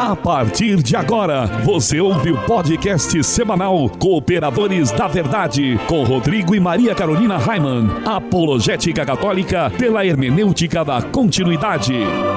A partir de agora, você ouve o podcast semanal Cooperadores da Verdade, com Rodrigo e Maria Carolina Raimann, apologética católica pela hermenêutica da continuidade.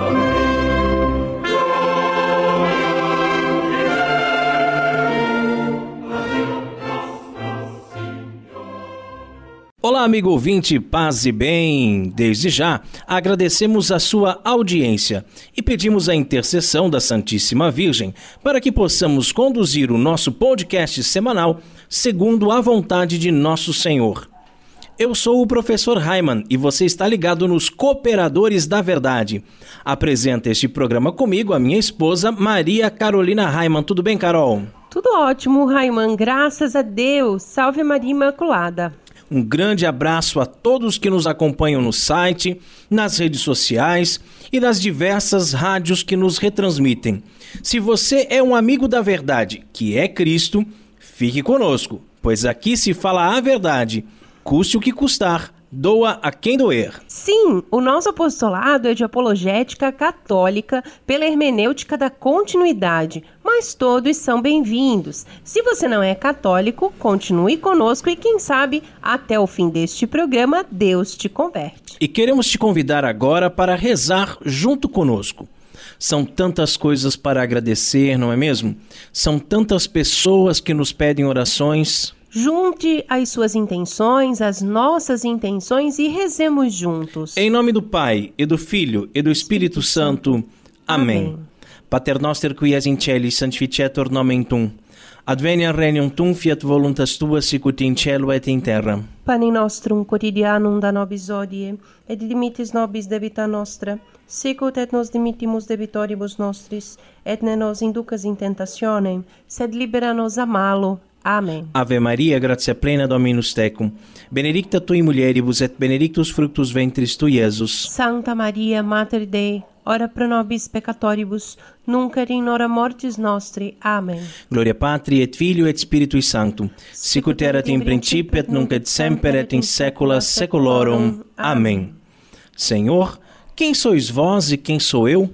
Olá, amigo ouvinte, paz e bem. Desde já, agradecemos a sua audiência e pedimos a intercessão da Santíssima Virgem para que possamos conduzir o nosso podcast semanal segundo a vontade de nosso Senhor. Eu sou o professor Raimann e você está ligado nos Cooperadores da Verdade. Apresenta este programa comigo a minha esposa Maria Carolina Raimann. Tudo bem, Carol? Tudo ótimo, Raimann. Graças a Deus. Salve Maria Imaculada. Um grande abraço a todos que nos acompanham no site, nas redes sociais e nas diversas rádios que nos retransmitem. Se você é um amigo da verdade, que é Cristo, fique conosco, pois aqui se fala a verdade, custe o que custar, doa a quem doer. Sim, o nosso apostolado é de apologética católica pela hermenêutica da continuidade, mas todos são bem-vindos. Se você não é católico, continue conosco e quem sabe, até o fim deste programa, Deus te converte. E queremos te convidar agora para rezar junto conosco. São tantas coisas para agradecer, não é mesmo? São tantas pessoas que nos pedem orações. Junte as suas intenções, as nossas intenções e rezemos juntos. Em nome do Pai, e do Filho, e do Espírito Santo. Amém. Pater noster qui es in celis, sanctificetur nomen tuum. Adveniat regnum tuum, fiat voluntas tua, sicut in cielo et in terra. Panem nostrum quotidianum da nobis hodie, et dimitis nobis debita nostra, sicut et nos dimittimus debitoribus nostris, et ne nos inducas in tentationem, sed libera nos a malo. Amém. Ave Maria, gratia plena, Dominus tecum. Benedicta tui mulieribus et benedictus fructus ventris tui, Iesus. Santa Maria, Mater Dei, ora pro nobis peccatoribus, nunc et in hora mortis nostri. Amém. Gloria Patri et Filio et Spiritui Sanctum, sicut erat in principio et nunc et semper et in saecula saeculorum. Amém. Senhor, quem sois vós e quem sou eu?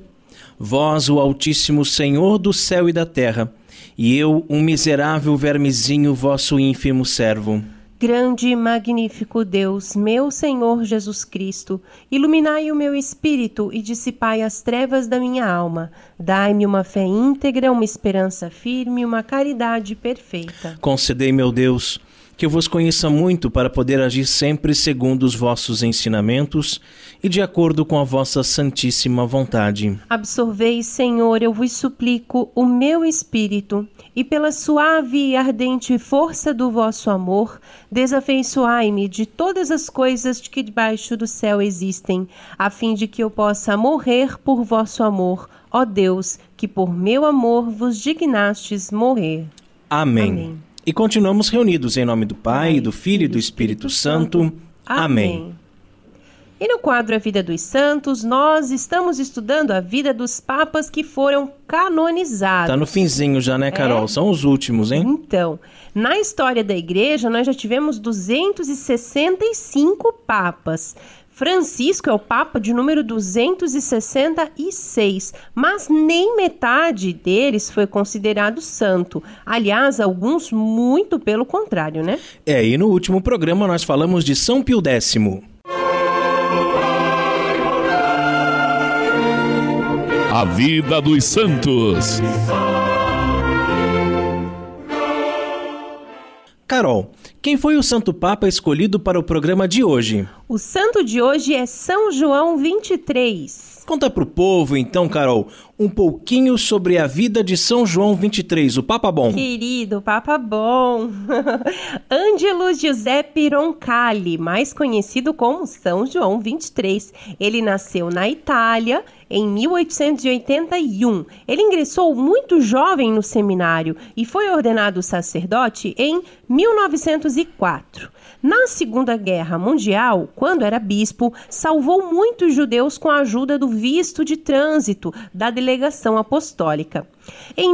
Vós, o Altíssimo Senhor do céu e da terra, e eu, um miserável vermezinho, vosso ínfimo servo. Grande e magnífico Deus, meu Senhor Jesus Cristo, iluminai o meu espírito e dissipai as trevas da minha alma. Dai-me uma fé íntegra, uma esperança firme, uma caridade perfeita. Concedei, meu Deus, que eu vos conheça muito para poder agir sempre segundo os vossos ensinamentos e de acordo com a vossa santíssima vontade. Absorvei, Senhor, eu vos suplico, o meu espírito, e pela suave e ardente força do vosso amor, desafeiçoai-me de todas as coisas que debaixo do céu existem, a fim de que eu possa morrer por vosso amor, ó Deus, que por meu amor vos dignastes morrer. Amém. Amém. E continuamos reunidos em nome do Pai, do Filho e do Espírito Santo. Amém. E no quadro A Vida dos Santos, nós estamos estudando a vida dos papas que foram canonizados. Tá no finzinho já, né, Carol? São os últimos, hein? Então, na história da Igreja, nós já tivemos 265 papas. Francisco é o Papa de número 266, mas nem metade deles foi considerado santo. Aliás, alguns muito pelo contrário, né? E no último programa nós falamos de São Pio X. A vida dos santos. Carol, quem foi o Santo Papa escolhido para o programa de hoje? O santo de hoje é São João 23. Conta pro povo, então, Carol, um pouquinho sobre a vida de São João 23, o Papa Bom. Querido, Papa Bom. Ângelo Giuseppe Roncalli, mais conhecido como São João 23. Ele nasceu na Itália em 1881. Ele ingressou muito jovem no seminário e foi ordenado sacerdote em 1904. Na Segunda Guerra Mundial, quando era bispo, salvou muitos judeus com a ajuda do visto de trânsito da delegação apostólica. Em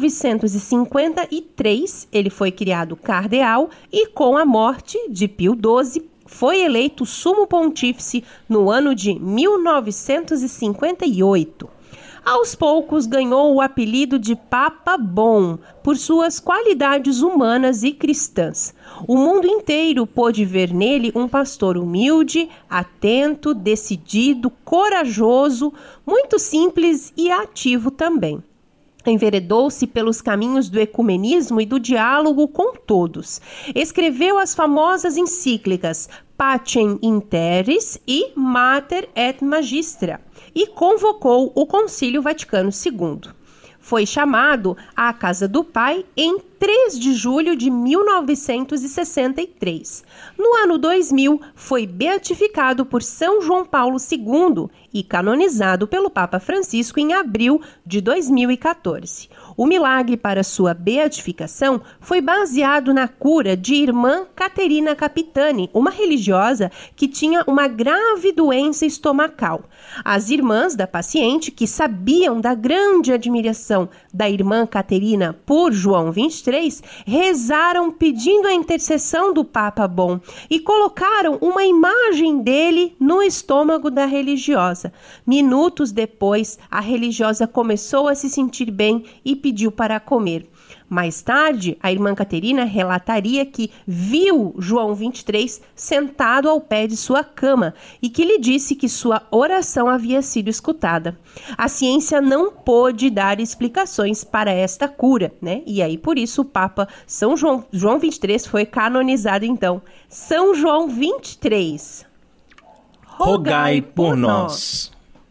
1953, ele foi criado cardeal e, com a morte de Pio XII, foi eleito sumo pontífice no ano de 1958. Aos poucos ganhou o apelido de Papa Bom, por suas qualidades humanas e cristãs. O mundo inteiro pôde ver nele um pastor humilde, atento, decidido, corajoso, muito simples e ativo também. Enveredou-se pelos caminhos do ecumenismo e do diálogo com todos. Escreveu as famosas encíclicas Pacem in Terris e Mater et Magistra e convocou o Concílio Vaticano II. Foi chamado à Casa do Pai em 3 de julho de 1963. No ano 2000, foi beatificado por São João Paulo II e canonizado pelo Papa Francisco em abril de 2014. O milagre para sua beatificação foi baseado na cura de irmã Caterina Capitani, uma religiosa que tinha uma grave doença estomacal. As irmãs da paciente, que sabiam da grande admiração da irmã Caterina por João 23, rezaram pedindo a intercessão do Papa Bom e colocaram uma imagem dele no estômago da religiosa. Minutos depois, a religiosa começou a se sentir bem e pediu para comer. Mais tarde, a irmã Caterina relataria que viu João 23 sentado ao pé de sua cama e que lhe disse que sua oração havia sido escutada. A ciência não pôde dar explicações para esta cura, né? E aí, por isso, o Papa São João 23 foi canonizado, então. São João 23. Rogai por nós.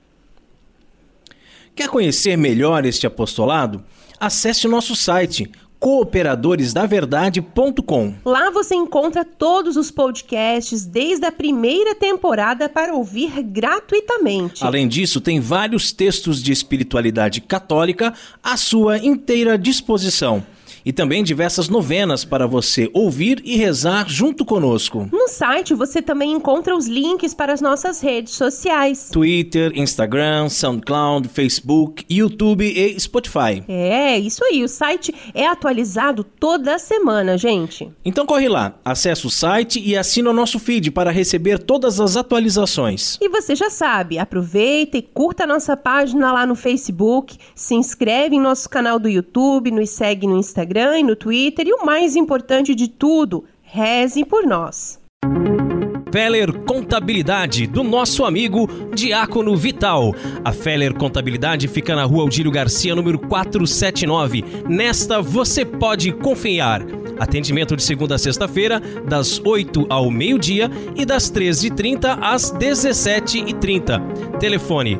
Quer conhecer melhor este apostolado? Acesse o nosso site cooperadoresdaverdade.com. Lá você encontra todos os podcasts desde a primeira temporada para ouvir gratuitamente. Além disso, tem vários textos de espiritualidade católica à sua inteira disposição. E também diversas novenas para você ouvir e rezar junto conosco. No site você também encontra os links para as nossas redes sociais: Twitter, Instagram, SoundCloud, Facebook, YouTube e Spotify. É, isso aí. O site é atualizado toda semana, gente. Então corre lá, acesse o site e assina o nosso feed para receber todas as atualizações. E você já sabe, aproveita e curta a nossa página lá no Facebook, se inscreve em nosso canal do YouTube, nos segue no Instagram e no Twitter, e o mais importante de tudo, reze por nós. Feller Contabilidade, do nosso amigo Diácono Vital. A Feller Contabilidade fica na Rua Aldírio Garcia, número 479. Nesta você pode confiar. Atendimento de segunda a sexta-feira, das 8 ao meio-dia e das 13h30 às 17h30. Telefone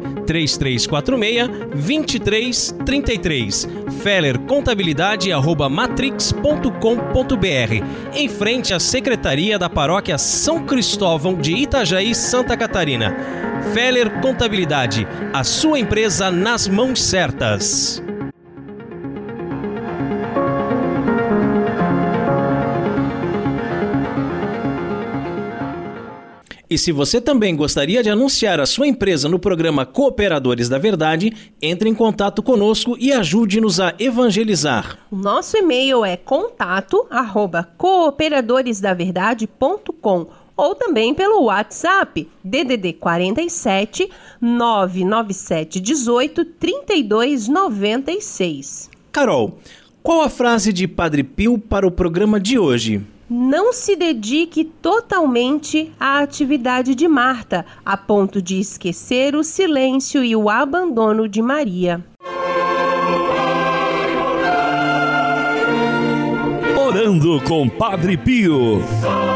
3346-2333. fellercontabilidade@matrix.com.br. Em frente à Secretaria da Paróquia São Cristóvão de Itajaí, Santa Catarina. Feller Contabilidade, a sua empresa nas mãos certas. E se você também gostaria de anunciar a sua empresa no programa Cooperadores da Verdade, entre em contato conosco e ajude-nos a evangelizar. O nosso e-mail é contato@cooperadoresdaverdade.com ou também pelo WhatsApp DDD 47 997 18 32 96. Carol, qual a frase de Padre Pio para o programa de hoje? Não se dedique totalmente à atividade de Marta, a ponto de esquecer o silêncio e o abandono de Maria. Orando com Padre Pio.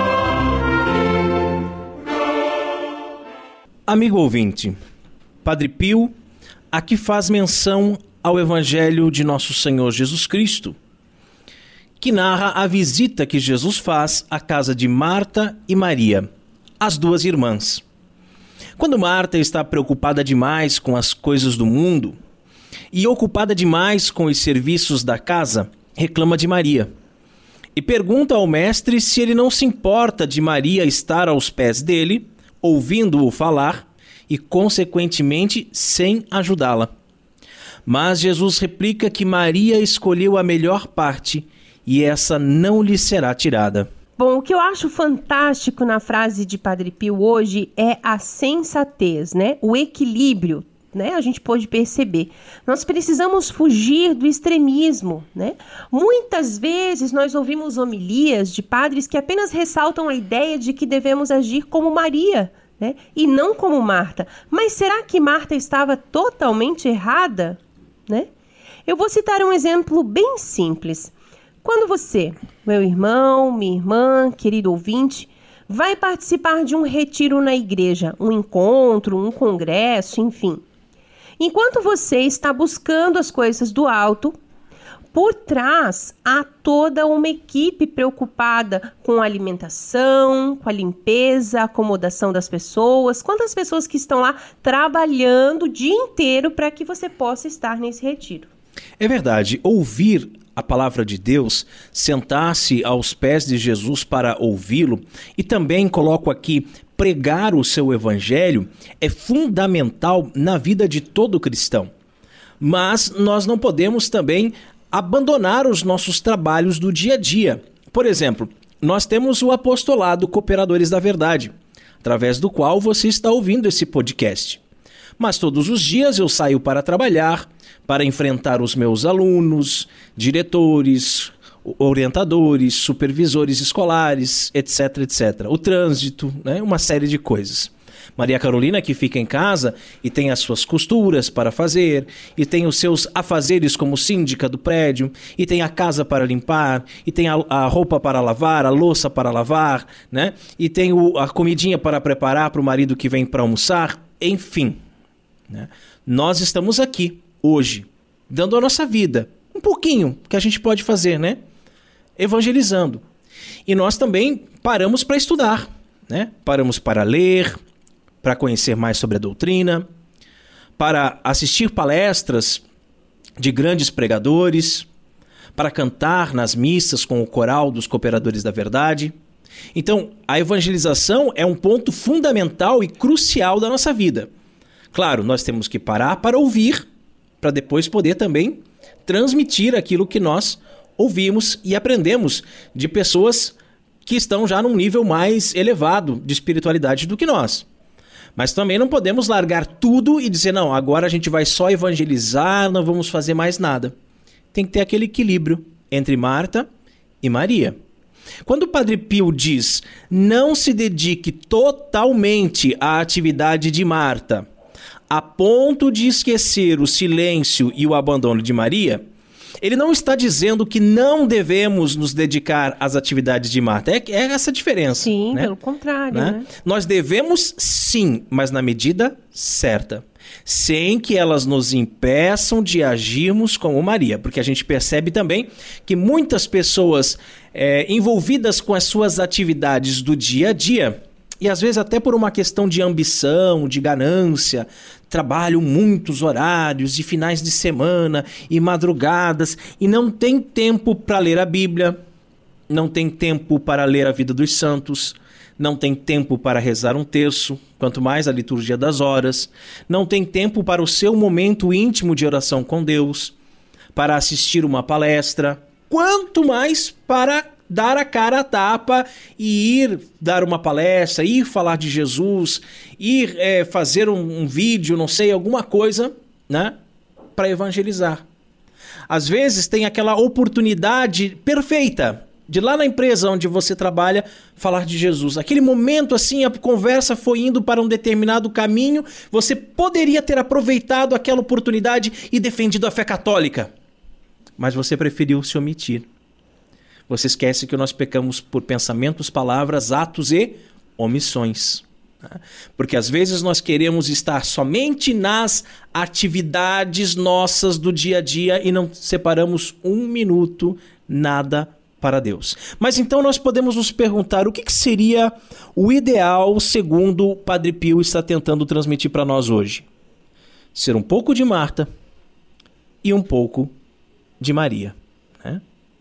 Amigo ouvinte, Padre Pio aqui faz menção ao Evangelho de Nosso Senhor Jesus Cristo, que narra a visita que Jesus faz à casa de Marta e Maria, as duas irmãs. Quando Marta está preocupada demais com as coisas do mundo e ocupada demais com os serviços da casa, reclama de Maria e pergunta ao mestre se ele não se importa de Maria estar aos pés dele, ouvindo-o falar e, consequentemente, sem ajudá-la. Mas Jesus replica que Maria escolheu a melhor parte e essa não lhe será tirada. Bom, o que eu acho fantástico na frase de Padre Pio hoje é a sensatez, né? O equilíbrio. né, a gente pode perceber. Nós precisamos fugir do extremismo, né? Muitas vezes nós ouvimos homilias de padres que apenas ressaltam a ideia de que devemos agir como Maria, né, e não como Marta. Mas será que Marta estava totalmente errada, né? Eu vou citar um exemplo bem simples. Quando você, meu irmão, minha irmã, querido ouvinte, vai participar de um retiro na igreja, um encontro, um congresso, enfim. Enquanto você está buscando as coisas do alto, por trás há toda uma equipe preocupada com a alimentação, com a limpeza, a acomodação das pessoas. Quantas pessoas que estão lá trabalhando o dia inteiro para que você possa estar nesse retiro? É verdade, ouvir a palavra de Deus, sentar-se aos pés de Jesus para ouvi-lo e também coloco aqui pregar o seu evangelho é fundamental na vida de todo cristão. Mas nós não podemos também abandonar os nossos trabalhos do dia a dia. Por exemplo, nós temos o apostolado Cooperadores da Verdade, através do qual você está ouvindo esse podcast. Mas todos os dias eu saio para trabalhar, para enfrentar os meus alunos, diretores, orientadores, supervisores escolares, etc, etc. O trânsito, né? Uma série de coisas. Maria Carolina que fica em casa e tem as suas costuras para fazer, e tem os seus afazeres como síndica do prédio, e tem a casa para limpar, e tem a roupa para lavar, a louça para lavar, né? E tem a comidinha para preparar para o marido que vem para almoçar, enfim. Né? Nós estamos aqui hoje, dando a nossa vida, um pouquinho que a gente pode fazer, né? Evangelizando. E nós também paramos para estudar, né? Paramos para ler, para conhecer mais sobre a doutrina, para assistir palestras de grandes pregadores, para cantar nas missas com o coral dos Cooperadores da Verdade. Então, a evangelização é um ponto fundamental e crucial da nossa vida. Claro, nós temos que parar para ouvir, para depois poder também transmitir aquilo que nós ouvimos e aprendemos de pessoas que estão já num nível mais elevado de espiritualidade do que nós. Mas também não podemos largar tudo e dizer, não, agora a gente vai só evangelizar, não vamos fazer mais nada. Tem que ter aquele equilíbrio entre Marta e Maria. Quando o Padre Pio diz, não se dedique totalmente à atividade de Marta, a ponto de esquecer o silêncio e o abandono de Maria, ele não está dizendo que não devemos nos dedicar às atividades de Marta. É essa a diferença. Sim, né? Pelo contrário. Né? Nós devemos sim, mas na medida certa. Sem que elas nos impeçam de agirmos como Maria. Porque a gente percebe também que muitas pessoas envolvidas com as suas atividades do dia a dia, e às vezes até por uma questão de ambição, de ganância, trabalham muitos horários e finais de semana e madrugadas e não tem tempo para ler a Bíblia, não tem tempo para ler a vida dos santos, não tem tempo para rezar um terço, quanto mais a liturgia das horas, não tem tempo para o seu momento íntimo de oração com Deus, para assistir uma palestra, quanto mais para dar a cara a tapa e ir dar uma palestra, ir falar de Jesus, ir fazer um vídeo, não sei, alguma coisa, né, para evangelizar. Às vezes tem aquela oportunidade perfeita de lá na empresa onde você trabalha falar de Jesus. Aquele momento assim, a conversa foi indo para um determinado caminho, você poderia ter aproveitado aquela oportunidade e defendido a fé católica, mas você preferiu se omitir. Você esquece que nós pecamos por pensamentos, palavras, atos e omissões. Porque às vezes nós queremos estar somente nas atividades nossas do dia a dia e não separamos um minuto, nada para Deus. Mas então nós podemos nos perguntar o que seria o ideal segundo o Padre Pio está tentando transmitir para nós hoje. Ser um pouco de Marta e um pouco de Maria, né?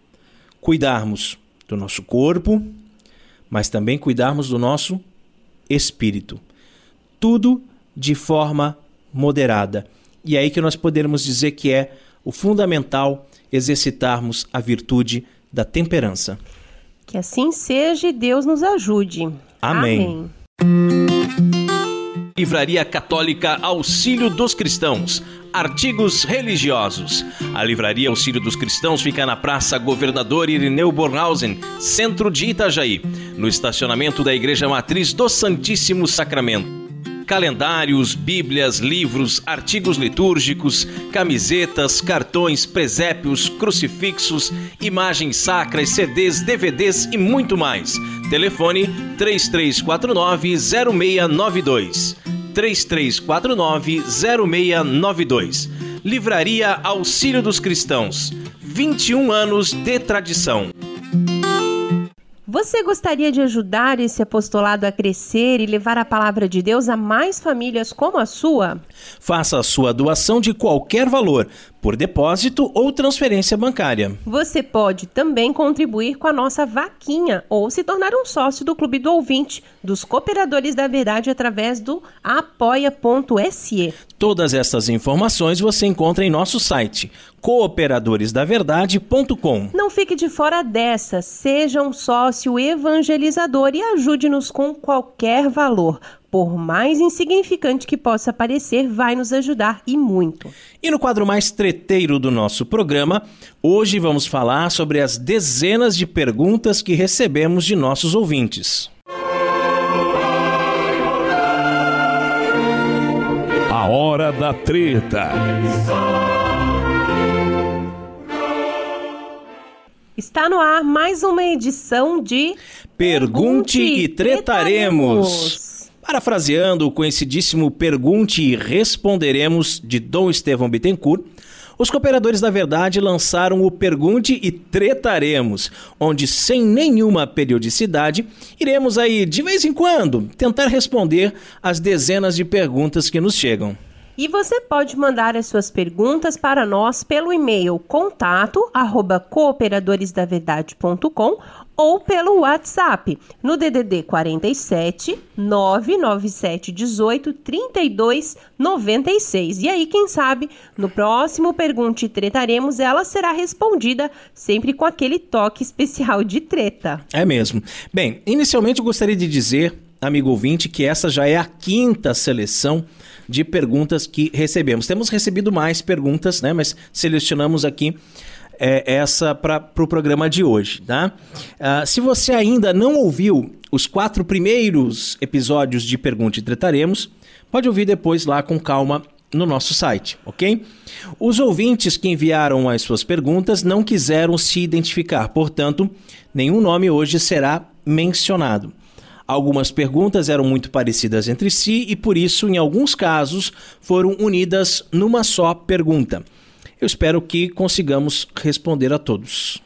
Cuidarmos do nosso corpo, mas também cuidarmos do nosso espírito. Tudo de forma moderada. E é aí que nós podemos dizer que é o fundamental exercitarmos a virtude da temperança. Que assim seja e Deus nos ajude. Amém. Livraria Católica Auxílio dos Cristãos. Artigos religiosos. A Livraria Auxílio dos Cristãos fica na Praça Governador Irineu Bornhausen, centro de Itajaí, no estacionamento da Igreja Matriz do Santíssimo Sacramento. Calendários, bíblias, livros, artigos litúrgicos, camisetas, cartões, presépios, crucifixos, imagens sacras, CDs, DVDs e muito mais. Telefone 3349-0692. 3349-0692. Livraria Auxílio dos Cristãos. 21 anos de tradição. Você gostaria de ajudar esse apostolado a crescer e levar a palavra de Deus a mais famílias como a sua? Faça a sua doação de qualquer valor, por depósito ou transferência bancária. Você pode também contribuir com a nossa vaquinha ou se tornar um sócio do Clube do Ouvinte, dos Cooperadores da Verdade, através do apoia.se. Todas essas informações você encontra em nosso site, cooperadoresdaverdade.com. Não fique de fora dessa, seja um sócio evangelizador e ajude-nos com qualquer valor. Por mais insignificante que possa parecer, vai nos ajudar e muito. E no quadro mais treteiro do nosso programa, hoje vamos falar sobre as dezenas de perguntas que recebemos de nossos ouvintes. A Hora da Treta. Está no ar mais uma edição de Pergunte e Tretaremos. Parafraseando o conhecidíssimo Pergunte e Responderemos de Dom Estevão Bittencourt, os Cooperadores da Verdade lançaram o Pergunte e Tretaremos, onde, sem nenhuma periodicidade, iremos aí, de vez em quando, tentar responder as dezenas de perguntas que nos chegam. E você pode mandar as suas perguntas para nós pelo e-mail contato@cooperadoresdaverdade.com ou pelo WhatsApp no DDD 47 997 18 32 96. E aí, quem sabe, no próximo Pergunte e Tretaremos, ela será respondida sempre com aquele toque especial de treta. É mesmo. Bem, inicialmente eu gostaria de dizer, amigo ouvinte, que essa já é a 5ª seleção de perguntas que recebemos. Temos recebido mais perguntas, né? Mas selecionamos aqui essa para o programa de hoje, tá? Se você ainda não ouviu os 4 primeiros episódios de Pergunte e Tretaremos, pode ouvir depois lá com calma no nosso site, ok? Os ouvintes que enviaram as suas perguntas não quiseram se identificar, portanto, nenhum nome hoje será mencionado. Algumas perguntas eram muito parecidas entre si e, por isso, em alguns casos, foram unidas numa só pergunta. Eu espero que consigamos responder a todos.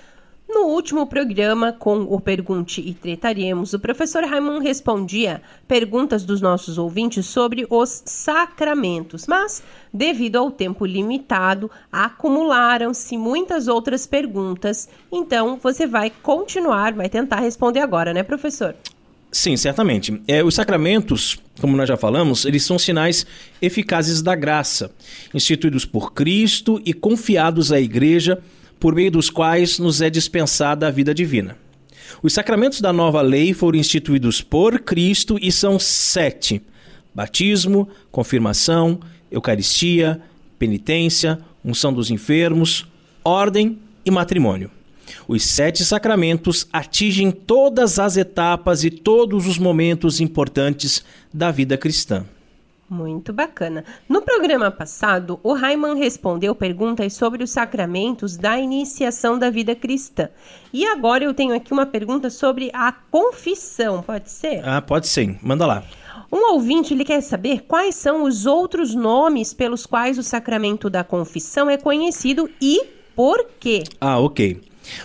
No último programa, com o Pergunte e Tretaremos, o professor Raimundo respondia perguntas dos nossos ouvintes sobre os sacramentos, mas, devido ao tempo limitado, acumularam-se muitas outras perguntas. Então, você vai tentar responder agora, né, professor? Sim, certamente. Os sacramentos, como nós já falamos, eles são sinais eficazes da graça, instituídos por Cristo e confiados à Igreja, por meio dos quais nos é dispensada a vida divina. Os sacramentos da nova lei foram instituídos por Cristo e são 7: batismo, confirmação, Eucaristia, penitência, unção dos enfermos, ordem e matrimônio. Os 7 sacramentos atingem todas as etapas e todos os momentos importantes da vida cristã. Muito bacana. No programa passado, o Raimundo respondeu perguntas sobre os sacramentos da iniciação da vida cristã. E agora eu tenho aqui uma pergunta sobre a confissão, pode ser? Pode ser. Manda lá. Um ouvinte, ele quer saber quais são os outros nomes pelos quais o sacramento da confissão é conhecido e por quê? Ok.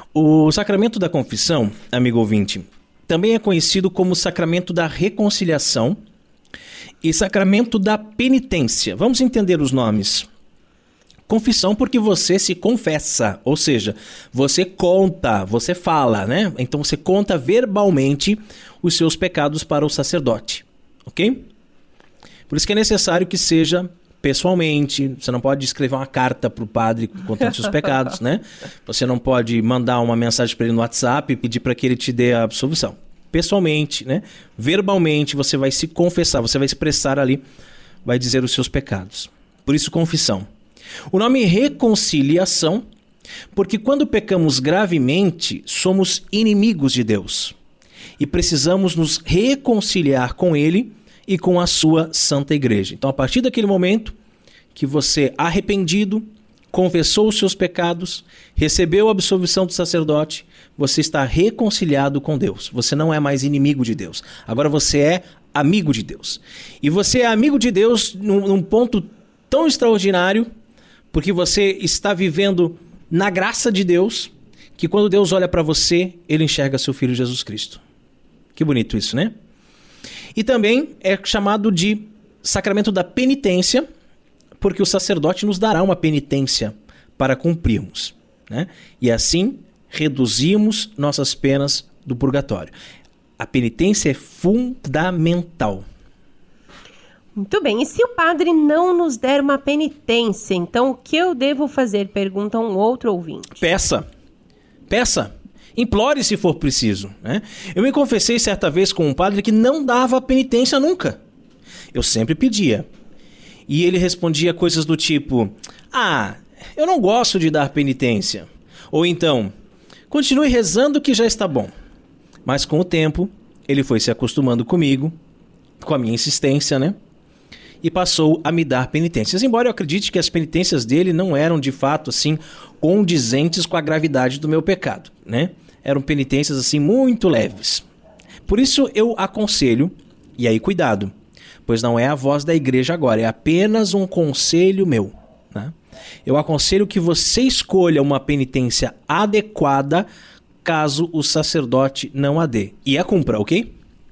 O sacramento da confissão, amigo ouvinte, também é conhecido como sacramento da reconciliação e sacramento da penitência. Vamos entender os nomes. Confissão porque você se confessa, ou seja, você conta, você fala, né? Então você conta verbalmente os seus pecados para o sacerdote, ok? Por isso que é necessário que seja pessoalmente. Você não pode escrever uma carta para o padre contando seus pecados, né? Você não pode mandar uma mensagem para ele no WhatsApp e pedir para que ele te dê a absolvição. pessoalmente, né? Verbalmente, você vai se confessar, você vai expressar ali, vai dizer os seus pecados. Por isso, confissão. O nome reconciliação, porque quando pecamos gravemente, somos inimigos de Deus e precisamos nos reconciliar com Ele e com a sua santa igreja. Então, a partir daquele momento que você, arrependido, confessou os seus pecados, recebeu a absolvição do sacerdote, você está reconciliado com Deus. Você não é mais inimigo de Deus. Agora você é amigo de Deus. E você é amigo de Deus num ponto tão extraordinário, porque você está vivendo na graça de Deus, que quando Deus olha para você, Ele enxerga seu Filho Jesus Cristo. Que bonito isso, né? E também é chamado de sacramento da penitência, porque o sacerdote nos dará uma penitência para cumprirmos, né? E assim reduzimos nossas penas do purgatório. A penitência é fundamental. Muito bem, e se o padre não nos der uma penitência, então o que eu devo fazer? Pergunta um outro ouvinte. Peça, implore se for preciso, né? Eu me confessei certa vez com um padre que não dava penitência nunca. Eu sempre pedia. E ele respondia coisas do tipo: eu não gosto de dar penitência. Ou então, continue rezando que já está bom. Mas com o tempo, ele foi se acostumando comigo, com a minha insistência, né? E passou a me dar penitências. Embora eu acredite que as penitências dele não eram, de fato, assim, condizentes com a gravidade do meu pecado, né? Eram penitências, assim, muito leves. Por isso eu aconselho, e aí cuidado, pois não é a voz da igreja agora, é apenas um conselho meu, né? Eu aconselho que você escolha uma penitência adequada caso o sacerdote não a dê. E a cumpra, ok?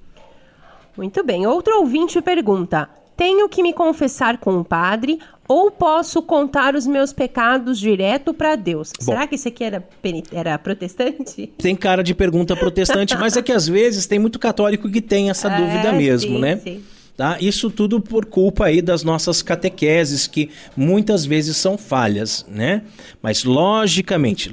Muito bem. Outro ouvinte pergunta: tenho que me confessar com o padre ou posso contar os meus pecados direto para Deus? Bom, será que isso aqui era protestante? Tem cara de pergunta protestante, mas é que às vezes tem muito católico que tem essa dúvida mesmo, sim, né? Sim. Tá? Isso tudo por culpa aí das nossas catequeses, que muitas vezes são falhas, né? Mas logicamente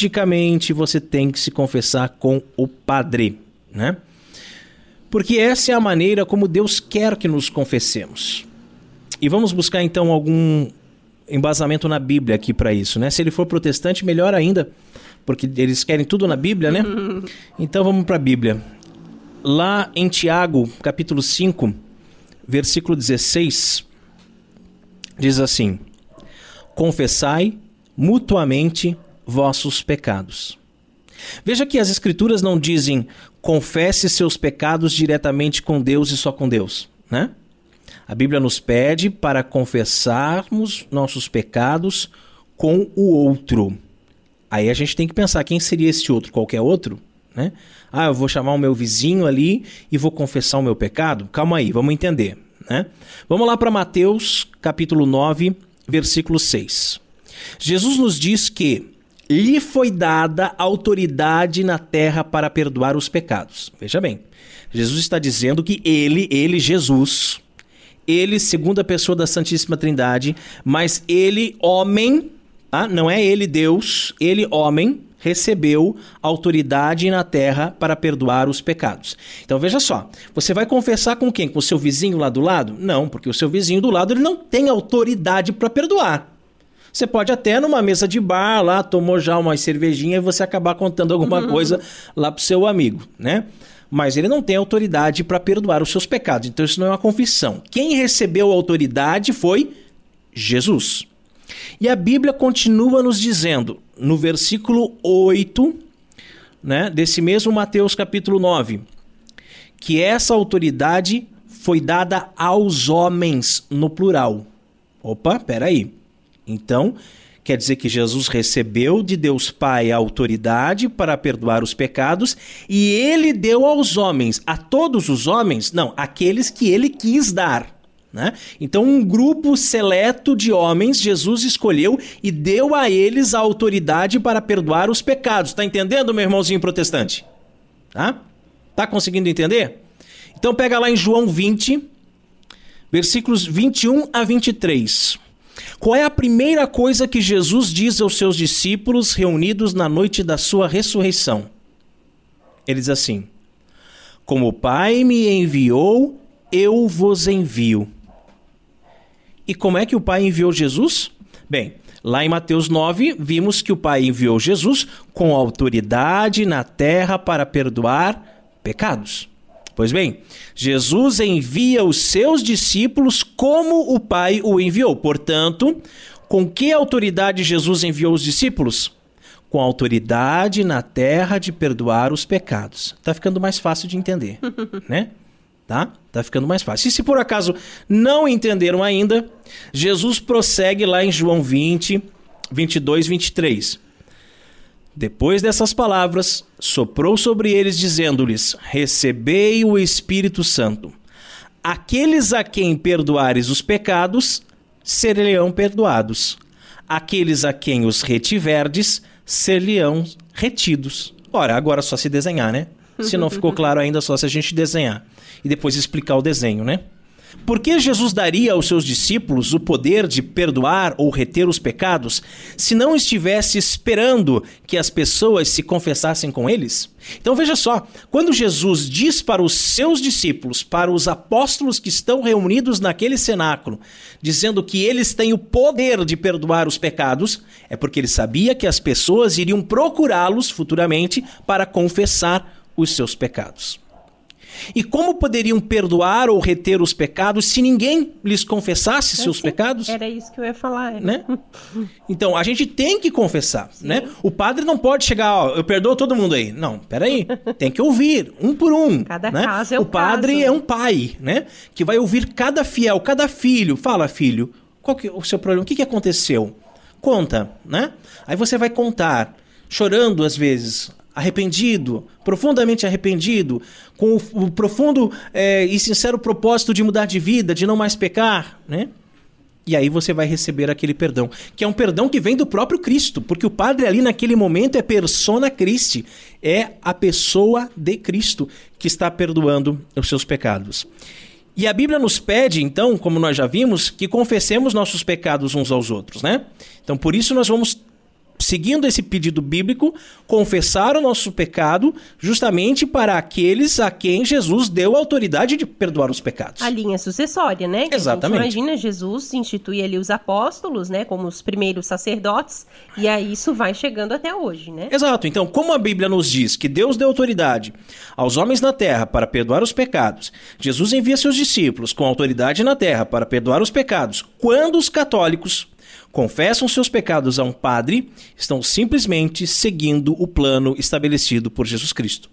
você tem que se confessar com o padre, né? Porque essa é a maneira como Deus quer que nos confessemos. E vamos buscar então algum embasamento na Bíblia aqui para isso, né? Se ele for protestante, melhor ainda, porque eles querem tudo na Bíblia, né? Então vamos para a Bíblia. Lá em Tiago, capítulo 5, versículo 16, diz assim: confessai mutuamente vossos pecados. Veja que as Escrituras não dizem confesse seus pecados diretamente com Deus e só com Deus, né? A Bíblia nos pede para confessarmos nossos pecados com o outro. Aí a gente tem que pensar, quem seria esse outro? Qualquer outro, né? Eu vou chamar o meu vizinho ali e vou confessar o meu pecado? Calma aí, vamos entender, né? Vamos lá para Mateus, capítulo 9, versículo 6. Jesus nos diz que lhe foi dada autoridade na terra para perdoar os pecados. Veja bem, Jesus está dizendo que Jesus, ele, segunda pessoa da Santíssima Trindade, mas ele, homem, não é ele Deus, ele, homem, recebeu autoridade na terra para perdoar os pecados. Então veja só, você vai confessar com quem? Com o seu vizinho lá do lado? Não, porque o seu vizinho do lado ele não tem autoridade para perdoar. Você pode até numa mesa de bar lá, tomou já uma cervejinha e você acabar contando alguma coisa lá pro seu amigo, né? Mas ele não tem autoridade para perdoar os seus pecados. Então isso não é uma confissão. Quem recebeu a autoridade foi Jesus. E a Bíblia continua nos dizendo, no versículo 8, né, desse mesmo Mateus capítulo 9, que essa autoridade foi dada aos homens, no plural. Opa, peraí. Então, quer dizer que Jesus recebeu de Deus Pai a autoridade para perdoar os pecados e ele deu aos homens, a todos os homens, não, aqueles que ele quis dar, né? Então, um grupo seleto de homens Jesus escolheu e deu a eles a autoridade para perdoar os pecados. Tá entendendo, meu irmãozinho protestante? Tá conseguindo entender? Então, pega lá em João 20, versículos 21 a 23. Qual é a primeira coisa que Jesus diz aos seus discípulos reunidos na noite da sua ressurreição? Ele diz assim: Como o Pai me enviou, eu vos envio. E como é que o Pai enviou Jesus? Bem, lá em Mateus 9, vimos que o Pai enviou Jesus com autoridade na terra para perdoar pecados. Pois bem, Jesus envia os seus discípulos como o Pai o enviou. Portanto, com que autoridade Jesus enviou os discípulos? Com autoridade na terra de perdoar os pecados. Tá ficando mais fácil de entender, né? Tá ficando mais fácil. E se por acaso não entenderam ainda, Jesus prossegue lá em João 20, 22, 23. Depois dessas palavras, soprou sobre eles, dizendo-lhes: recebei o Espírito Santo. Aqueles a quem perdoares os pecados, ser-lhe-ão perdoados. Aqueles a quem os retiverdes, ser-lhe-ão retidos. Ora, agora só se desenhar, né? Se não ficou claro ainda, só se a gente desenhar. E depois explicar o desenho, né? Por que Jesus daria aos seus discípulos o poder de perdoar ou reter os pecados se não estivesse esperando que as pessoas se confessassem com eles? Então veja só, quando Jesus diz para os seus discípulos, para os apóstolos que estão reunidos naquele cenáculo, dizendo que eles têm o poder de perdoar os pecados, é porque ele sabia que as pessoas iriam procurá-los futuramente para confessar os seus pecados. E como poderiam perdoar ou reter os pecados se ninguém lhes confessasse seus pecados? Era isso que eu ia falar. Né? Então, a gente tem que confessar, né? O padre não pode chegar, ó, eu perdoo todo mundo aí. Não, peraí, tem que ouvir, um por um. Cada né? caso é um O padre caso. é um pai, né? Que vai ouvir cada fiel, cada filho. Fala, filho, qual que é o seu problema? O que aconteceu? Conta, né? Aí você vai contar, chorando às vezes, arrependido, profundamente arrependido, com o profundo e sincero propósito de mudar de vida, de não mais pecar, né? E aí você vai receber aquele perdão, que é um perdão que vem do próprio Cristo, porque o padre ali naquele momento é persona Christi, é a pessoa de Cristo que está perdoando os seus pecados. E a Bíblia nos pede, então, como nós já vimos, que confessemos nossos pecados uns aos outros, né? Então, por isso nós vamos, seguindo esse pedido bíblico, confessar o nosso pecado justamente para aqueles a quem Jesus deu a autoridade de perdoar os pecados. A linha sucessória, né? Que Exatamente. A gente imagina, Jesus institui ali os apóstolos, né? Como os primeiros sacerdotes, e aí isso vai chegando até hoje, né? Exato. Então, como a Bíblia nos diz que Deus deu autoridade aos homens na terra para perdoar os pecados, Jesus envia seus discípulos com autoridade na terra para perdoar os pecados. Quando os católicos confessam seus pecados a um padre, estão simplesmente seguindo o plano estabelecido por Jesus Cristo.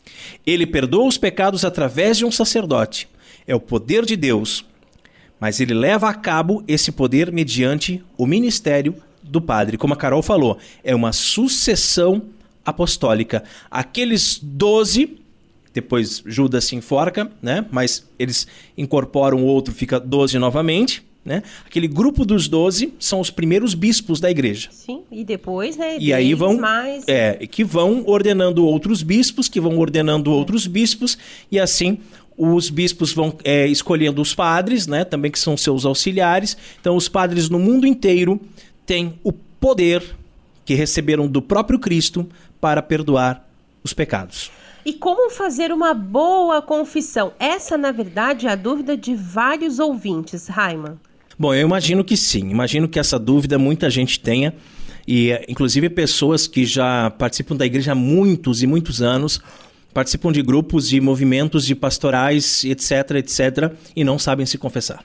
Ele perdoa os pecados através de um sacerdote. É o poder de Deus, mas ele leva a cabo esse poder mediante o ministério do padre. Como a Carol falou, é uma sucessão apostólica. Aqueles 12, depois Judas se enforca, né? Mas eles incorporam o outro, fica 12 novamente. Né? Aquele grupo dos 12 são os primeiros bispos da igreja. Sim, e depois, né? E aí vão, mais... que vão ordenando outros bispos, que vão ordenando outros bispos, e assim os bispos vão escolhendo os padres, né? Também que são seus auxiliares. Então os padres no mundo inteiro têm o poder que receberam do próprio Cristo para perdoar os pecados. E como fazer uma boa confissão? Essa, na verdade, é a dúvida de vários ouvintes, Raiman. Bom, eu imagino que sim. Imagino que essa dúvida muita gente tenha. E, inclusive, pessoas que já participam da igreja há muitos e muitos anos, participam de grupos, de movimentos, de pastorais, etc, etc, e não sabem se confessar.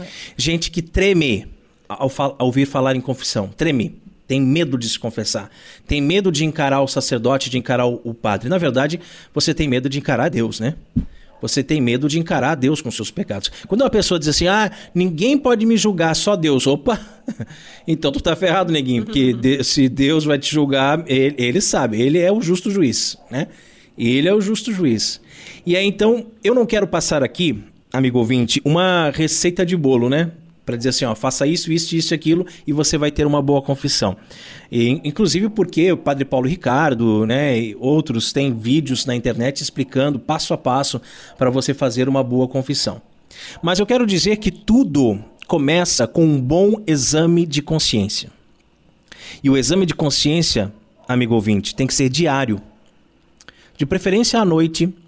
Gente que treme ao ouvir falar em confissão. Treme. Tem medo de se confessar. Tem medo de encarar o sacerdote, de encarar o padre. Na verdade, você tem medo de encarar Deus, né? Você tem medo de encarar Deus com seus pecados. Quando uma pessoa diz assim, ninguém pode me julgar, só Deus. Opa, então tu tá ferrado, neguinho, porque se Deus vai te julgar, ele sabe, ele é o justo juiz, né? Ele é o justo juiz. E aí, então, eu não quero passar aqui, amigo ouvinte, uma receita de bolo, né? Para dizer assim, faça isso, isso, isso e aquilo, e você vai ter uma boa confissão. E, inclusive porque o padre Paulo Ricardo, né, e outros têm vídeos na internet explicando passo a passo para você fazer uma boa confissão. Mas eu quero dizer que tudo começa com um bom exame de consciência. E o exame de consciência, amigo ouvinte, tem que ser diário. De preferência à noite,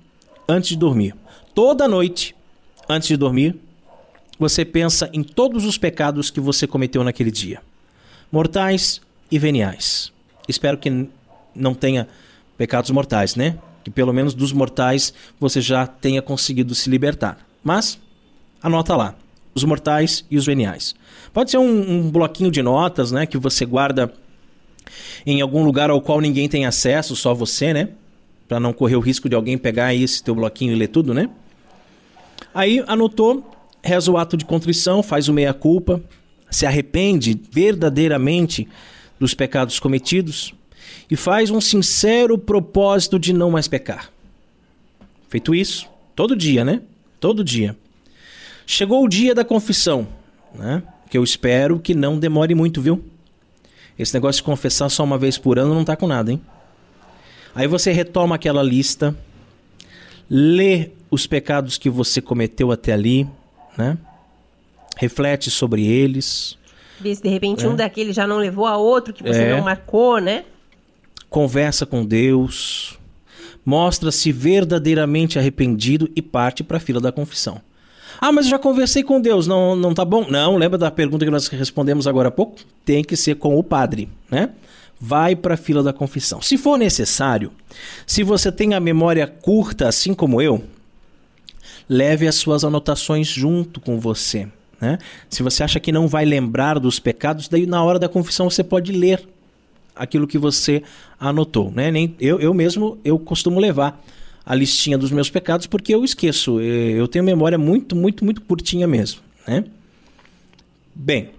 antes de dormir. Toda noite, antes de dormir, você pensa em todos os pecados que você cometeu naquele dia. Mortais e veniais. Espero que não tenha pecados mortais, né? Que pelo menos dos mortais você já tenha conseguido se libertar. Mas, anota lá, os mortais e os veniais. Pode ser um bloquinho de notas, né? Que você guarda em algum lugar ao qual ninguém tem acesso, só você, né? Para não correr o risco de alguém pegar esse teu bloquinho e ler tudo, né? Aí, anotou, reza o ato de contrição, faz o meia-culpa, se arrepende verdadeiramente dos pecados cometidos e faz um sincero propósito de não mais pecar. Feito isso, todo dia, né? Todo dia. Chegou o dia da confissão, né? Que eu espero que não demore muito, viu? Esse negócio de confessar só uma vez por ano não tá com nada, hein? Aí você retoma aquela lista, lê os pecados que você cometeu até ali, né? Reflete sobre eles. Vê se de repente um daqueles já não levou a outro que você não marcou, né? Conversa com Deus, mostra-se verdadeiramente arrependido e parte para a fila da confissão. Ah, mas eu já conversei com Deus, não tá bom? Não, lembra da pergunta que nós respondemos agora há pouco? Tem que ser com o padre, né? Vai para a fila da confissão. Se for necessário, se você tem a memória curta, assim como eu, leve as suas anotações junto com você, né? Se você acha que não vai lembrar dos pecados, daí na hora da confissão você pode ler aquilo que você anotou, né? Eu mesmo costumo levar a listinha dos meus pecados porque eu esqueço. Eu tenho memória muito curtinha mesmo, né? Bem,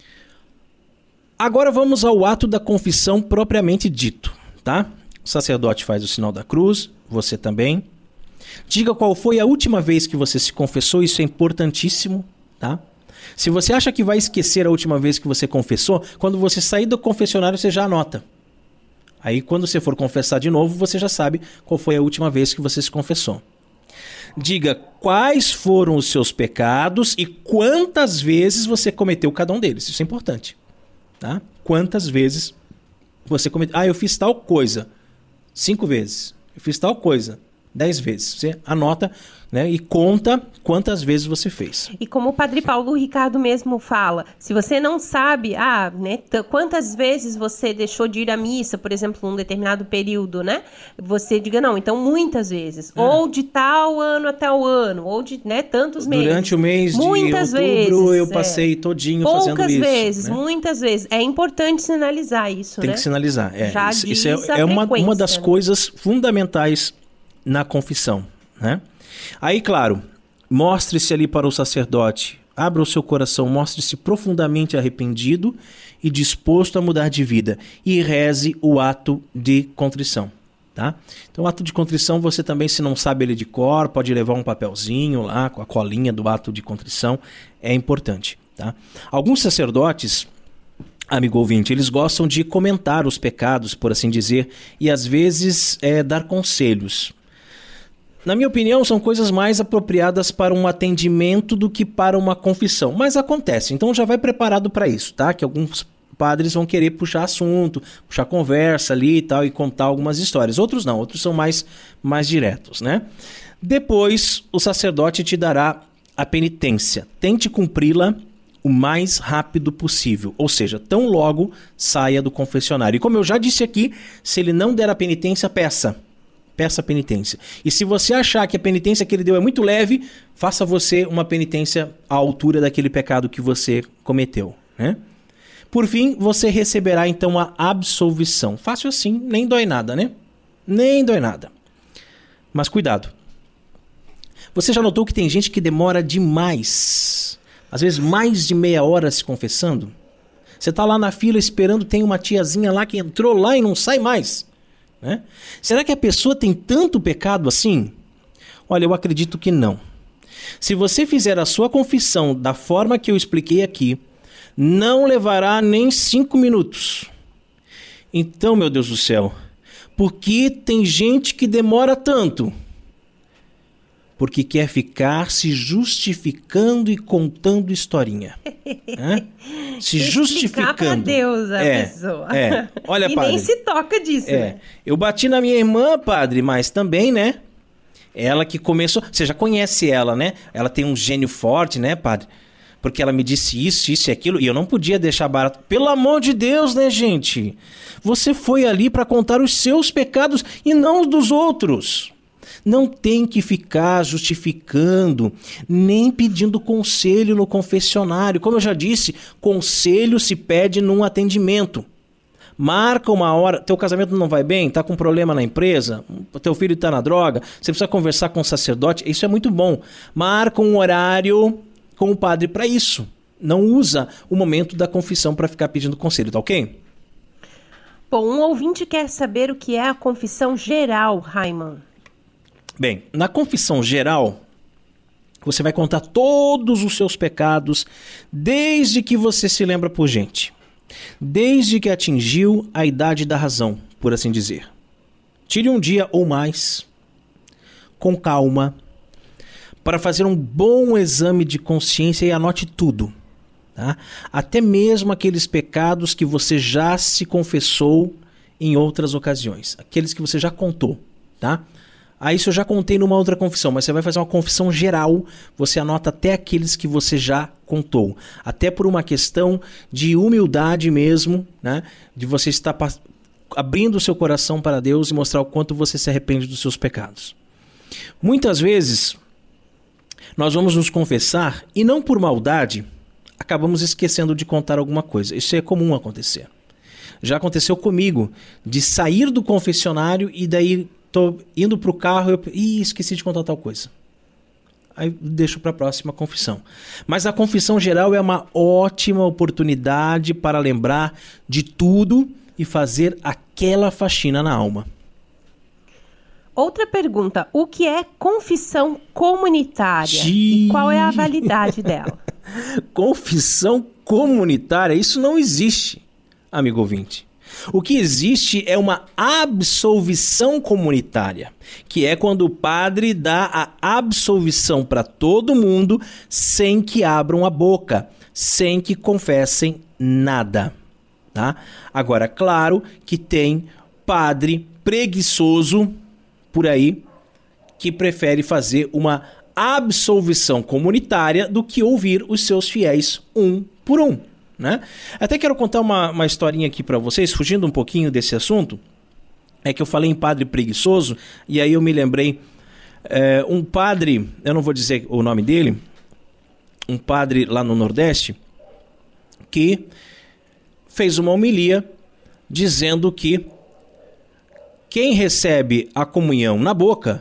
agora vamos ao ato da confissão propriamente dito, tá? O sacerdote faz o sinal da cruz, você também. Diga qual foi a última vez que você se confessou, isso é importantíssimo, tá? Se você acha que vai esquecer a última vez que você confessou, quando você sair do confessionário você já anota. Aí quando você for confessar de novo, você já sabe qual foi a última vez que você se confessou. Diga quais foram os seus pecados e quantas vezes você cometeu cada um deles, isso é importante, tá? Quantas vezes você cometeu... Ah, eu fiz tal coisa 5 vezes, eu fiz tal coisa 10 vezes. Você anota, né, e conta quantas vezes você fez. E como o Padre Paulo Ricardo mesmo fala, se você não sabe, né, quantas vezes você deixou de ir à missa, por exemplo, num determinado período, né? Você diga, não, então muitas vezes. Ou de tal ano a tal ano, ou de, né, tantos meses. Durante o mês muitas de outubro vezes, eu passei todinho fazendo isso. Poucas vezes, né? Muitas vezes. É importante sinalizar isso, Tem né? que sinalizar. Já isso diz é uma das né? coisas fundamentais na confissão, né? Aí, claro, mostre-se ali para o sacerdote, abra o seu coração, mostre-se profundamente arrependido e disposto a mudar de vida e reze o ato de contrição, tá? Então, o ato de contrição, você também, se não sabe ele de cor, pode levar um papelzinho lá com a colinha do ato de contrição, é importante, tá? Alguns sacerdotes, amigo ouvinte, eles gostam de comentar os pecados, por assim dizer, e às vezes dar conselhos. Na minha opinião, são coisas mais apropriadas para um atendimento do que para uma confissão. Mas acontece, então já vai preparado para isso, tá? Que alguns padres vão querer puxar assunto, puxar conversa ali e tal, e contar algumas histórias. Outros não, outros são mais diretos, né? Depois, o sacerdote te dará a penitência. Tente cumpri-la o mais rápido possível, ou seja, tão logo saia do confessionário. E como eu já disse aqui, se ele não der a penitência, peça a penitência. E se você achar que a penitência que ele deu é muito leve, faça você uma penitência à altura daquele pecado que você cometeu, né? Por fim, você receberá então a absolvição. Fácil assim, nem dói nada, né? Nem dói nada. Mas cuidado. Você já notou que tem gente que demora demais, às vezes mais de meia hora se confessando? Você está lá na fila esperando, tem uma tiazinha lá que entrou lá e não sai mais, né? Será que a pessoa tem tanto pecado assim? Olha, eu acredito que não. Se você fizer a sua confissão da forma que eu expliquei aqui, não levará nem 5 minutos. Então, meu Deus do céu, por que tem gente que demora tanto? Porque quer ficar se justificando e contando historinha. Se justificando. Pra Deus a pessoa. Olha, e padre, nem se toca disso, né? Eu bati na minha irmã, padre, mas também, né? Ela que começou... Você já conhece ela, né? Ela tem um gênio forte, né, padre? Porque ela me disse isso e aquilo, e eu não podia deixar barato. Pelo amor de Deus, né, gente? Você foi ali para contar os seus pecados e não os dos outros. Não tem que ficar justificando, nem pedindo conselho no confessionário. Como eu já disse, conselho se pede num atendimento. Marca uma hora, teu casamento não vai bem, tá com problema na empresa, teu filho tá na droga, você precisa conversar com o sacerdote, isso é muito bom. Marca um horário com o padre para isso. Não usa o momento da confissão para ficar pedindo conselho, tá ok? Bom, um ouvinte quer saber o que é a confissão geral, Raiman. Bem, na confissão geral, você vai contar todos os seus pecados desde que você se lembra por gente. Desde que atingiu a idade da razão, por assim dizer. Tire um dia ou mais, com calma, para fazer um bom exame de consciência e anote tudo. Tá? Até mesmo aqueles pecados que você já se confessou em outras ocasiões. Aqueles que você já contou. Tá? Isso eu já contei numa outra confissão, mas você vai fazer uma confissão geral, você anota até aqueles que você já contou. Até por uma questão de humildade mesmo, né? De você estar abrindo o seu coração para Deus e mostrar o quanto você se arrepende dos seus pecados. Muitas vezes, nós vamos nos confessar e não por maldade, acabamos esquecendo de contar alguma coisa. Isso é comum acontecer. Já aconteceu comigo, de sair do confessionário e daí... Tô indo pro carro e esqueci de contar tal coisa. Aí deixo para a próxima confissão. Mas a confissão geral é uma ótima oportunidade para lembrar de tudo e fazer aquela faxina na alma. Outra pergunta, o que é confissão comunitária? E qual é a validade dela? Confissão comunitária? Isso não existe, amigo ouvinte. O que existe é uma absolvição comunitária, que é quando o padre dá a absolvição para todo mundo sem que abram a boca, sem que confessem nada. Tá? Agora, claro que tem padre preguiçoso por aí que prefere fazer uma absolvição comunitária do que ouvir os seus fiéis um por um. Né? Até quero contar uma historinha aqui para vocês, fugindo um pouquinho desse assunto. É que eu falei em padre preguiçoso e aí eu me lembrei um padre, eu não vou dizer o nome dele, um padre lá no Nordeste que fez uma homilia dizendo que quem recebe a comunhão na boca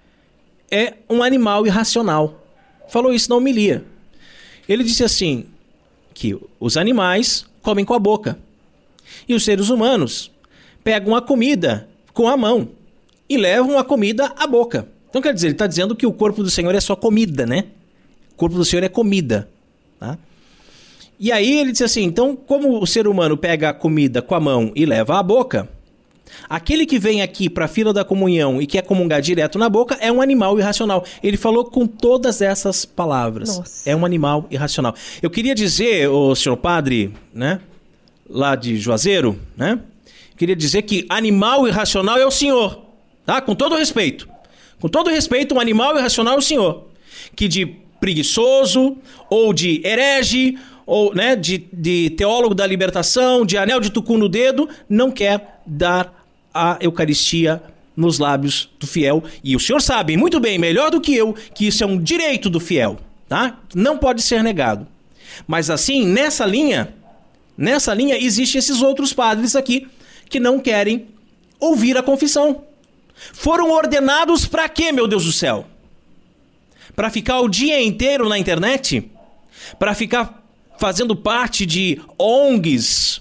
é um animal irracional. Falou isso na homilia. Ele disse assim, que os animais comem com a boca e os seres humanos pegam a comida com a mão e levam a comida à boca. Então quer dizer, ele está dizendo que o corpo do Senhor é só comida, né? O corpo do Senhor é comida. Tá? E aí ele disse assim, então como o ser humano pega a comida com a mão e leva à boca, aquele que vem aqui para a fila da comunhão e quer comungar direto na boca é um animal irracional. Ele falou com todas essas palavras. Nossa. É um animal irracional. Eu queria dizer, o senhor padre, né, lá de Juazeiro, né, queria dizer que animal irracional é o senhor, tá? Com todo respeito. Com todo respeito, um animal irracional é o senhor. Que de preguiçoso, ou de herege, ou né, de teólogo da libertação, de anel de tucum no dedo, não quer dar a Eucaristia nos lábios do fiel. E o senhor sabe muito bem, melhor do que eu, que isso é um direito do fiel, tá? Não pode ser negado. Mas assim, nessa linha existem esses outros padres aqui que não querem ouvir a confissão. Foram ordenados para quê, meu Deus do céu? Para ficar o dia inteiro na internet? Para ficar fazendo parte de ONGs,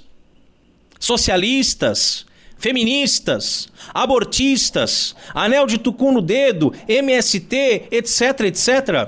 socialistas, feministas, abortistas, anel de tucum no dedo, MST, etc, etc.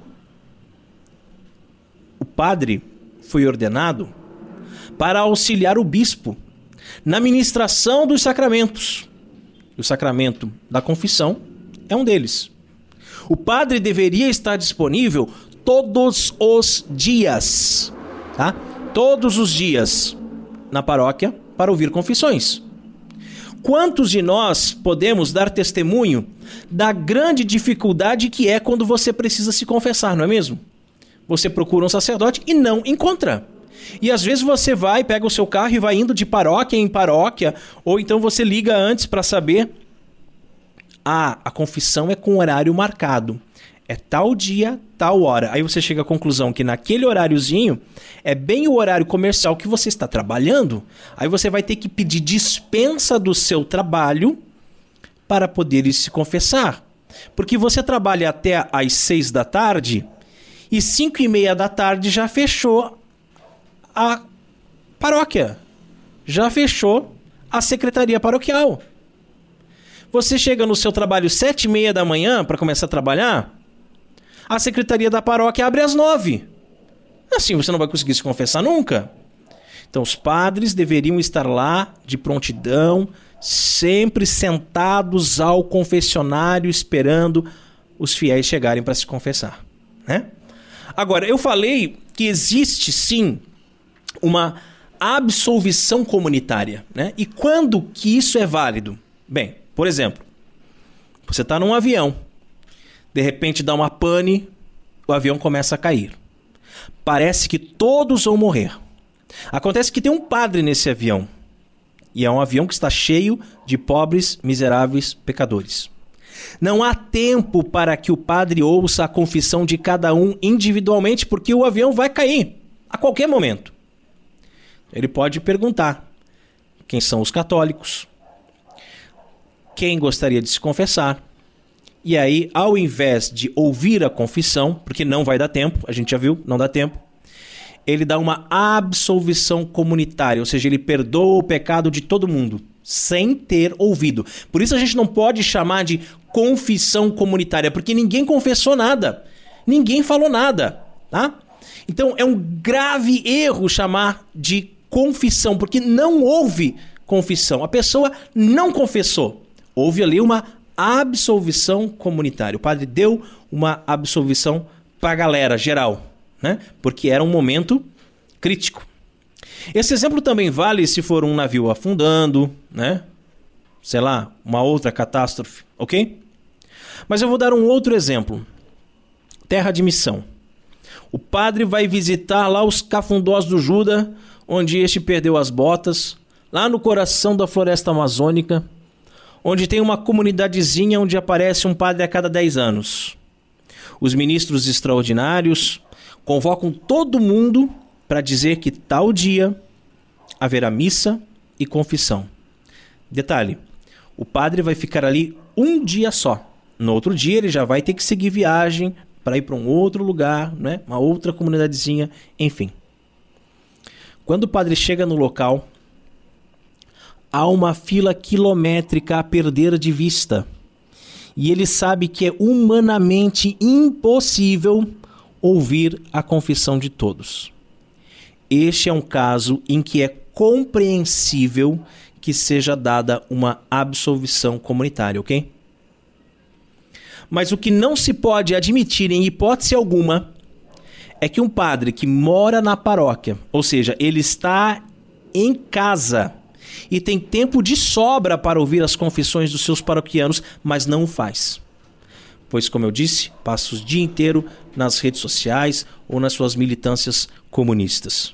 O padre foi ordenado para auxiliar o bispo na ministração dos sacramentos. O sacramento da confissão é um deles. O padre deveria estar disponível todos os dias, tá? Todos os dias na paróquia para ouvir confissões. Quantos de nós podemos dar testemunho da grande dificuldade que é quando você precisa se confessar, não é mesmo? Você procura um sacerdote e não encontra. E às vezes você vai, pega o seu carro e vai indo de paróquia em paróquia, ou então você liga antes para saber. A confissão é com horário marcado. É tal dia, tal hora. Aí você chega à conclusão que naquele horáriozinho é bem o horário comercial que você está trabalhando. Aí você vai ter que pedir dispensa do seu trabalho para poder ir se confessar. Porque você trabalha até às 6 da tarde e 5:30 da tarde já fechou a paróquia. Já fechou a secretaria paroquial. Você chega no seu trabalho 7:30 da manhã para começar a trabalhar, a secretaria da paróquia abre às 9. Assim você não vai conseguir se confessar nunca. Então os padres deveriam estar lá de prontidão, sempre sentados ao confessionário, esperando os fiéis chegarem para se confessar, né? Agora, eu falei que existe sim uma absolvição comunitária, né? E quando que isso é válido? Bem, por exemplo, você está num avião, de repente dá uma pane, o avião começa a cair. Parece que todos vão morrer. Acontece que tem um padre nesse avião, e é um avião que está cheio de pobres, miseráveis pecadores. Não há tempo para que o padre ouça a confissão de cada um individualmente, porque o avião vai cair a qualquer momento. Ele pode perguntar quem são os católicos, quem gostaria de se confessar. E aí, ao invés de ouvir a confissão, porque não vai dar tempo, a gente já viu, não dá tempo, ele dá uma absolvição comunitária, ou seja, ele perdoa o pecado de todo mundo, sem ter ouvido. Por isso a gente não pode chamar de confissão comunitária, porque ninguém confessou nada, ninguém falou nada, tá? Então é um grave erro chamar de confissão, porque não houve confissão, a pessoa não confessou. Houve ali uma absolvição comunitária. O padre deu uma absolvição para a galera geral, né? Porque era um momento crítico. Esse exemplo também vale se for um navio afundando, né? Sei lá, uma outra catástrofe, ok? Mas eu vou dar um outro exemplo. Terra de missão. O padre vai visitar lá os cafundós do Judas, onde este perdeu as botas, lá no coração da floresta amazônica, onde tem uma comunidadezinha onde aparece um padre a cada 10 anos. Os ministros extraordinários convocam todo mundo para dizer que tal dia haverá missa e confissão. Detalhe, o padre vai ficar ali um dia só. No outro dia ele já vai ter que seguir viagem para ir para um outro lugar, né? Uma outra comunidadezinha, enfim. Quando o padre chega no local, há uma fila quilométrica a perder de vista. E ele sabe que é humanamente impossível ouvir a confissão de todos. Este é um caso em que é compreensível que seja dada uma absolvição comunitária, ok? Mas o que não se pode admitir em hipótese alguma é que um padre que mora na paróquia, ou seja, ele está em casa e tem tempo de sobra para ouvir as confissões dos seus paroquianos, mas não o faz. Pois, como eu disse, passa o dia inteiro nas redes sociais ou nas suas militâncias comunistas.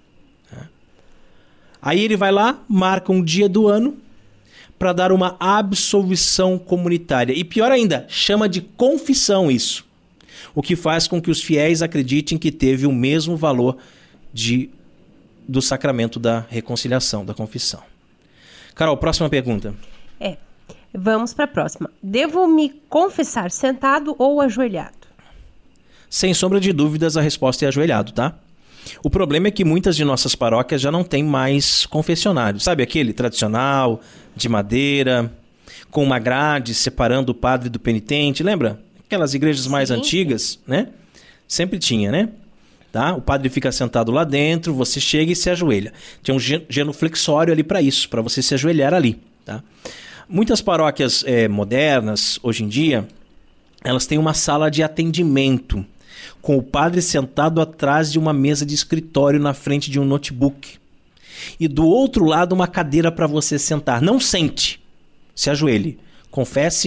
Aí ele vai lá, marca um dia do ano para dar uma absolvição comunitária. E pior ainda, chama de confissão isso. O que faz com que os fiéis acreditem que teve o mesmo valor do sacramento da reconciliação, da confissão. Carol, próxima pergunta. Vamos para a próxima. Devo me confessar sentado ou ajoelhado? Sem sombra de dúvidas, a resposta é ajoelhado, tá? O problema é que muitas de nossas paróquias já não tem mais confessionário. Sabe aquele tradicional, de madeira, com uma grade separando o padre do penitente? Lembra? Aquelas igrejas mais antigas, né? Sempre tinha, né? Tá? O padre fica sentado lá dentro, você chega e se ajoelha. Tem um genuflexório ali para isso, para você se ajoelhar ali, tá? Muitas paróquias modernas, hoje em dia, elas têm uma sala de atendimento, com o padre sentado atrás de uma mesa de escritório na frente de um notebook. E do outro lado uma cadeira para você sentar. Não sente, se ajoelhe. Confesse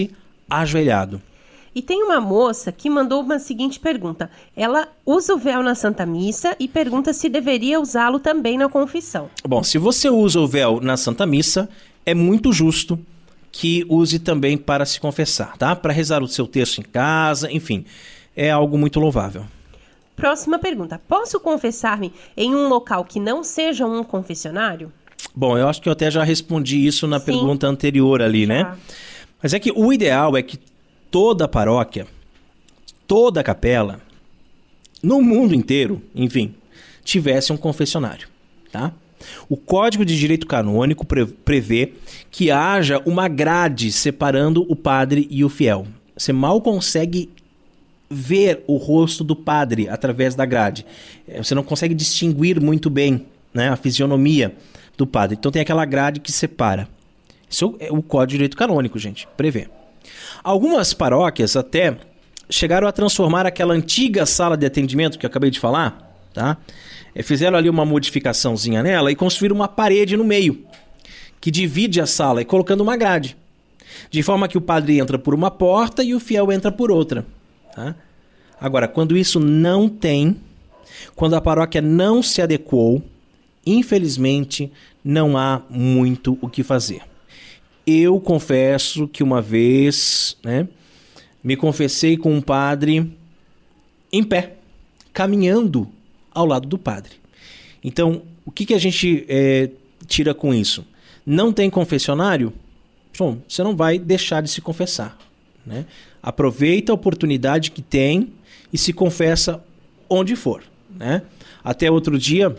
ajoelhado. E tem uma moça que mandou uma seguinte pergunta. Ela usa o véu na Santa Missa e pergunta se deveria usá-lo também na confissão. Bom, se você usa o véu na Santa Missa, é muito justo que use também para se confessar, tá? Para rezar o seu texto em casa, enfim, é algo muito louvável. Próxima pergunta. Posso confessar-me em um local que não seja um confessionário? Bom, eu acho que eu até já respondi isso na pergunta anterior ali, né? Mas é que o ideal é que toda paróquia, toda capela, no mundo inteiro, enfim, tivesse um confessionário, tá? O Código de Direito Canônico prevê que haja uma grade separando o padre e o fiel. Você mal consegue ver o rosto do padre através da grade. Você não consegue distinguir muito bem, né, a fisionomia do padre. Então tem aquela grade que separa. Isso é o Código de Direito Canônico, gente, prevê. Algumas paróquias até chegaram a transformar aquela antiga sala de atendimento que eu acabei de falar, tá? Fizeram ali uma modificaçãozinha nela e construíram uma parede no meio que divide a sala e colocando uma grade. De forma que o padre entra por uma porta e o fiel entra por outra. Tá? Agora, quando isso não tem, quando a paróquia não se adequou, infelizmente não há muito o que fazer. Eu confesso que uma vez, né, me confessei com um padre em pé, caminhando ao lado do padre. Então, o que a gente tira com isso? Não tem confessionário? Bom, você não vai deixar de se confessar, né? Aproveita a oportunidade que tem e se confessa onde for, né? Até outro dia,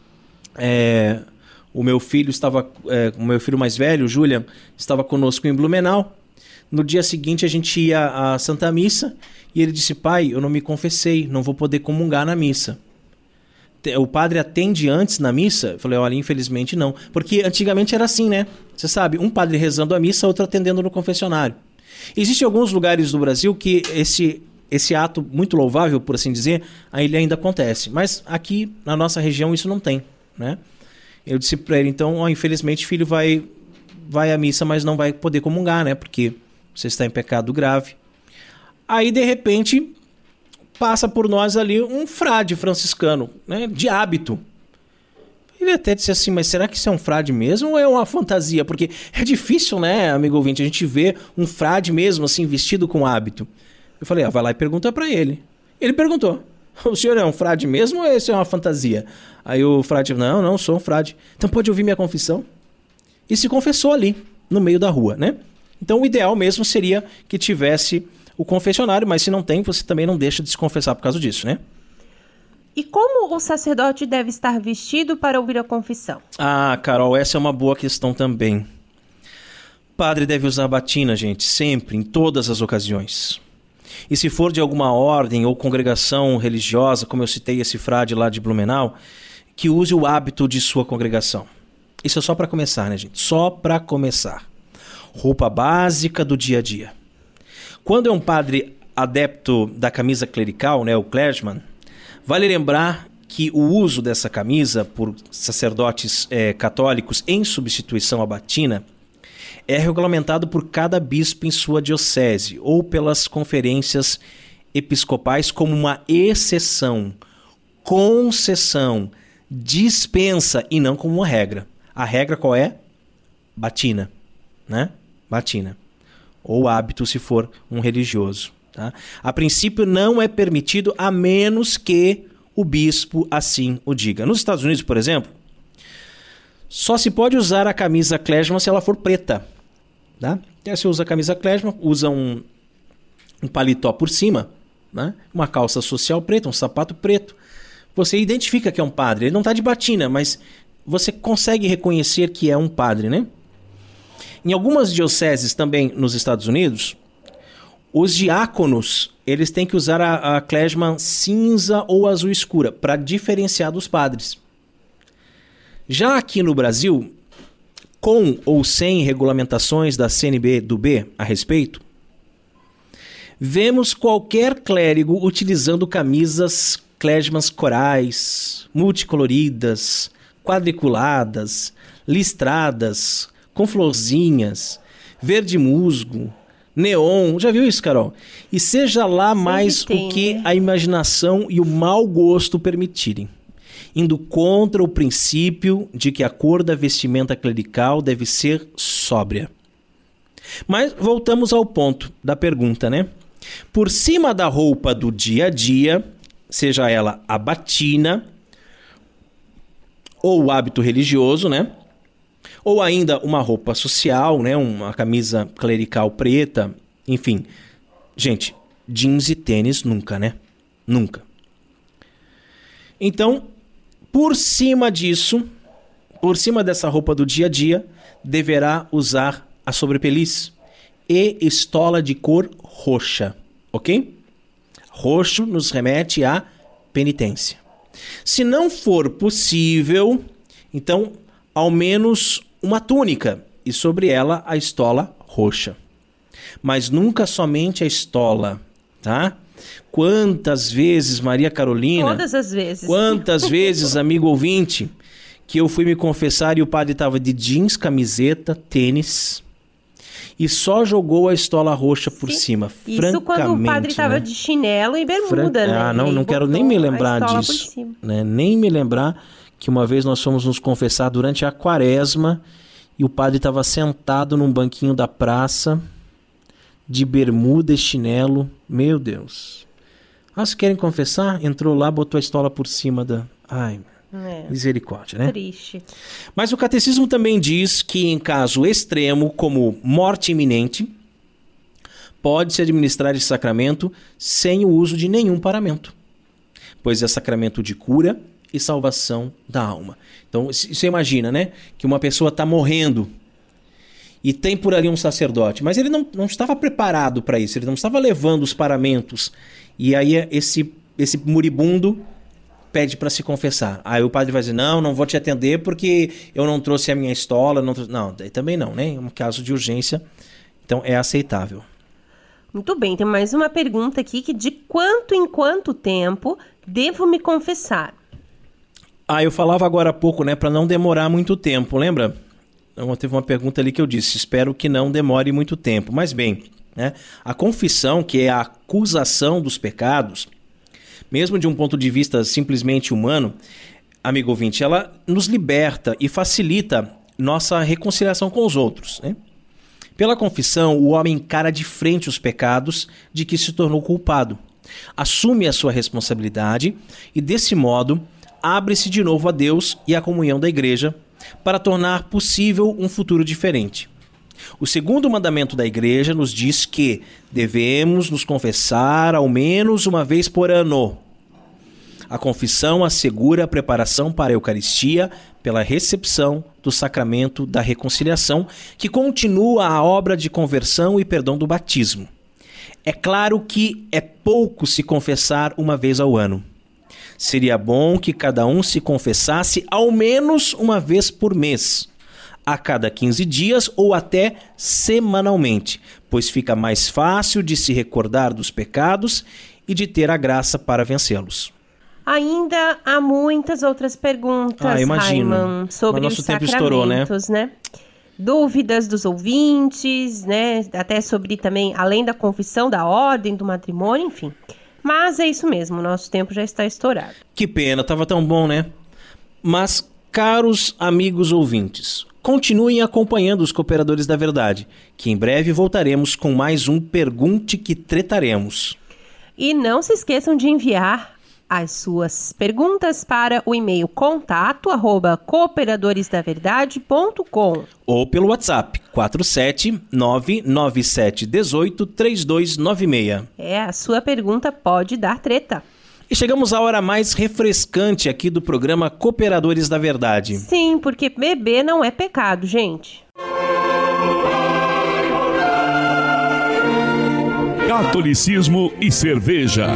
o meu filho mais velho, o Julian, estava conosco em Blumenau. No dia seguinte a gente ia à Santa Missa e ele disse: pai, eu não me confessei, não vou poder comungar na missa. O padre atende antes na missa? Eu falei: olha, infelizmente não. Porque antigamente era assim, né? Você sabe, um padre rezando a missa, outro atendendo no confessionário. Existem alguns lugares do Brasil que esse ato muito louvável, por assim dizer, ele ainda acontece. Mas aqui na nossa região isso não tem, né? Eu disse para ele, então, infelizmente, filho, vai à missa, mas não vai poder comungar, né? Porque você está em pecado grave. Aí, de repente, passa por nós ali um frade franciscano, né? De hábito. Ele até disse assim, mas será que isso é um frade mesmo ou é uma fantasia? Porque é difícil, né, amigo ouvinte, a gente ver um frade mesmo, assim, vestido com hábito. Eu falei, vai lá e pergunta para ele. Ele perguntou. O senhor é um frade mesmo ou isso é uma fantasia? Aí o frade, não, sou um frade. Então pode ouvir minha confissão? E se confessou ali, no meio da rua, né? Então o ideal mesmo seria que tivesse o confessionário, mas se não tem, você também não deixa de se confessar por causa disso, né? E como o sacerdote deve estar vestido para ouvir a confissão? Ah, Carol, essa é uma boa questão também. Padre deve usar batina, gente, sempre, em todas as ocasiões. E se for de alguma ordem ou congregação religiosa, como eu citei esse frade lá de Blumenau, que use o hábito de sua congregação. Isso é só para começar, né, gente? Só para começar. Roupa básica do dia a dia. Quando é um padre adepto da camisa clerical, né, o clergyman, vale lembrar que o uso dessa camisa por sacerdotes católicos em substituição à batina é regulamentado por cada bispo em sua diocese ou pelas conferências episcopais como uma exceção, concessão, dispensa e não como uma regra. A regra qual é? Batina, né? Batina. Ou hábito se for um religioso. Tá? A princípio não é permitido a menos que o bispo assim o diga. Nos Estados Unidos, por exemplo, só se pode usar a camisa clergyman se ela for preta. Tá? Então, você usa a camisa clergyman, usa um paletó por cima, né? Uma calça social preta, um sapato preto. Você identifica que é um padre. Ele não está de batina, mas você consegue reconhecer que é um padre, né? Em algumas dioceses também nos Estados Unidos, os diáconos, eles têm que usar a clergyman cinza ou azul escura para diferenciar dos padres. Já aqui no Brasil, com ou sem regulamentações da CNBB a respeito, vemos qualquer clérigo utilizando camisas clergymans corais, multicoloridas, quadriculadas, listradas, com florzinhas, verde musgo, neon. Já viu isso, Carol? E seja lá mais o que a imaginação e o mau gosto permitirem, indo contra o princípio de que a cor da vestimenta clerical deve ser sóbria. Mas voltamos ao ponto da pergunta, né? Por cima da roupa do dia a dia, seja ela a batina ou o hábito religioso, né? Ou ainda uma roupa social, né? Uma camisa clerical preta, enfim. Gente, jeans e tênis nunca, né? Nunca. Então, por cima disso, por cima dessa roupa do dia a dia, deverá usar a sobrepeliz e estola de cor roxa, ok? Roxo nos remete à penitência. Se não for possível, então, ao menos uma túnica e sobre ela a estola roxa. Mas nunca somente a estola, tá? Quantas vezes, Maria Carolina... Todas as vezes. Quantas vezes, amigo ouvinte, que eu fui me confessar e o padre estava de jeans, camiseta, tênis e só jogou a estola roxa por cima. Isso francamente, quando o padre estava de chinelo e bermuda, né? Não quero nem me lembrar disso. Né? Nem me lembrar que uma vez nós fomos nos confessar durante a quaresma e o padre estava sentado num banquinho da praça de bermuda e chinelo. Meu Deus. Se querem confessar? Entrou lá, botou a estola por cima da... Ai, misericórdia, né? Triste. Mas o catecismo também diz que em caso extremo, como morte iminente, pode-se administrar esse sacramento sem o uso de nenhum paramento, pois é sacramento de cura e salvação da alma. Então, você imagina, né? Que uma pessoa está morrendo e tem por ali um sacerdote, mas ele não estava preparado para isso, ele não estava levando os paramentos. E aí esse moribundo pede para se confessar. Aí o padre vai dizer, não vou te atender porque eu não trouxe a minha estola. Não, também não, né? É um caso de urgência, então é aceitável. Muito bem, tem mais uma pergunta aqui, que de quanto em quanto tempo devo me confessar? Eu falava agora há pouco, né, para não demorar muito tempo, lembra? Então, teve uma pergunta ali que eu disse, espero que não demore muito tempo. Mas bem, né, a confissão, que é a acusação dos pecados, mesmo de um ponto de vista simplesmente humano, amigo ouvinte, ela nos liberta e facilita nossa reconciliação com os outros, né? Pela confissão, o homem encara de frente os pecados de que se tornou culpado, assume a sua responsabilidade e, desse modo, abre-se de novo a Deus e à comunhão da igreja para tornar possível um futuro diferente. O segundo mandamento da igreja nos diz que devemos nos confessar ao menos uma vez por ano. A confissão assegura a preparação para a Eucaristia pela recepção do sacramento da reconciliação, que continua a obra de conversão e perdão do batismo. É claro que é pouco se confessar uma vez ao ano. Seria bom que cada um se confessasse ao menos uma vez por mês, a cada 15 dias ou até semanalmente, pois fica mais fácil de se recordar dos pecados e de ter a graça para vencê-los. Ainda há muitas outras perguntas, Raiman, sobre nosso os tempo sacramentos, estourou, né? Dúvidas dos ouvintes, né? Até sobre também, além da confissão, da ordem, do matrimônio, enfim. Mas é isso mesmo, nosso tempo já está estourado. Que pena, estava tão bom, né? Mas, caros amigos ouvintes, continuem acompanhando os Cooperadores da Verdade, que em breve voltaremos com mais um Pergunte que Tretaremos. E não se esqueçam de enviar as suas perguntas para o e-mail contato@cooperadoresdaverdade.com ou pelo WhatsApp 47997183296. A sua pergunta pode dar treta. E chegamos à hora mais refrescante aqui do programa Cooperadores da Verdade. Sim, porque beber não é pecado, gente. Catolicismo e cerveja.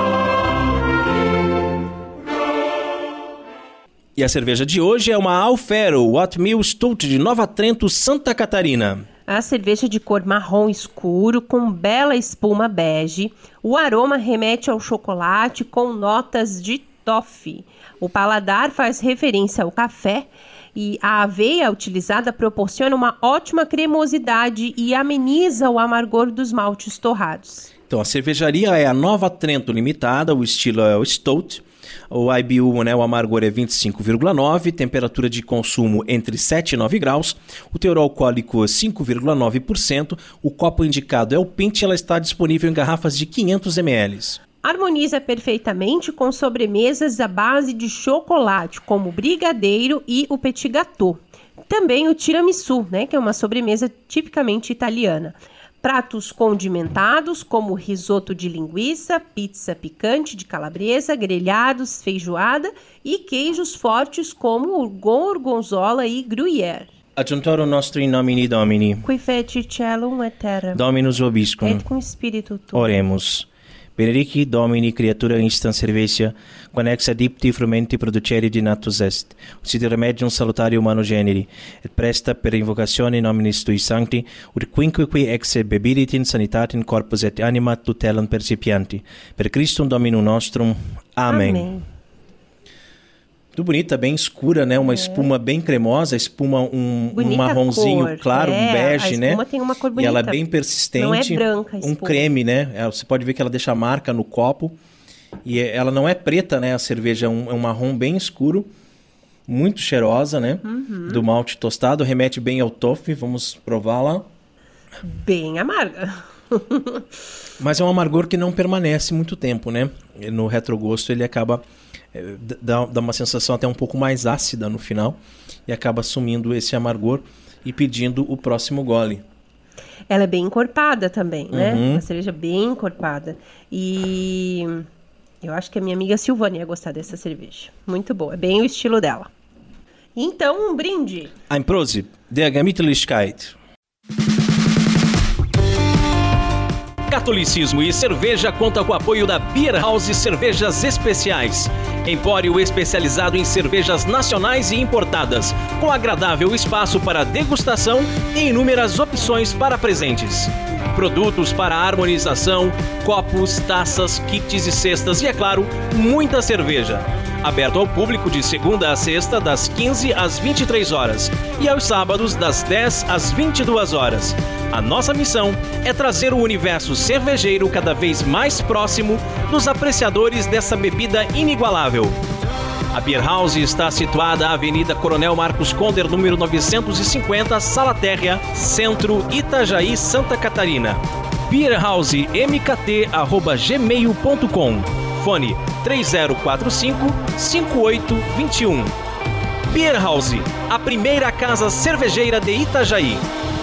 E a cerveja de hoje é uma Alfero Whatmill Stout de Nova Trento, Santa Catarina. A cerveja de cor marrom escuro com bela espuma bege. O aroma remete ao chocolate com notas de toffee. O paladar faz referência ao café e a aveia utilizada proporciona uma ótima cremosidade e ameniza o amargor dos maltes torrados. Então, a cervejaria é a Nova Trento Limitada, o estilo é o Stout. O IBU, né, o amargor é 25,9, temperatura de consumo entre 7 e 9 graus, o teor alcoólico é 5,9%, o copo indicado é o Pint e ela está disponível em garrafas de 500 ml. Harmoniza perfeitamente com sobremesas à base de chocolate, como o brigadeiro e o petit gâteau. Também o tiramisu, né, que é uma sobremesa tipicamente italiana. Pratos condimentados, como risoto de linguiça, pizza picante de calabresa, grelhados, feijoada e queijos fortes como o gorgonzola e gruyère. Adjuntoro nostro in nomine Domini, Qui feci celum et terra, Dominus vobiscum, et cum spiritu tuo. Oremus. Benedici Domini creatura instant cervecia, quan ex adipti frumenti producere natus est, sit remedium salutari humano generi, et presta per invocazione nominis tui sancti, ut quinque qui ex bebiditin sanitatem corpus et anima tutelam percipianti. Per Christum Dominum nostrum. Amém. Amém. Muito bonita, bem escura, né? Uma espuma bem cremosa, espuma um marronzinho cor. claro, um bege, né? A espuma tem uma cor bonita. E ela é bem persistente. Não é branca a espuma. Um creme, né? Você pode ver que ela deixa a marca no copo. E ela não é preta, né? A cerveja é um marrom bem escuro. Muito cheirosa, né? Uhum. Do malte tostado. Remete bem ao toffee. Vamos prová-la. Bem amarga. Mas é um amargor que não permanece muito tempo, né? No retrogosto ele acaba... Dá uma sensação até um pouco mais ácida no final e acaba assumindo esse amargor e pedindo o próximo gole. Ela é bem encorpada também, né? Uhum. Uma cerveja bem encorpada. E eu acho que a minha amiga Silvana ia gostar dessa cerveja. Muito boa, é bem o estilo dela. Então, um brinde. Ein Prosit, der Gemütlichkeit. Catolicismo e cerveja conta com o apoio da Beer House Cervejas Especiais. Empório especializado em cervejas nacionais e importadas, com agradável espaço para degustação e inúmeras opções para presentes. Produtos para harmonização, copos, taças, kits e cestas e, é claro, muita cerveja. Aberto ao público de segunda a sexta, das 15 às 23 horas e aos sábados, das 10 às 22 horas. A nossa missão é trazer o universo cervejeiro cada vez mais próximo dos apreciadores dessa bebida inigualável. A Beer House está situada na Avenida Coronel Marcos Conder, número 950, Sala Térrea, Centro, Itajaí, Santa Catarina. beerhousemkt@gmail.com. Fone 3045-5821. Beer House, a primeira casa cervejeira de Itajaí.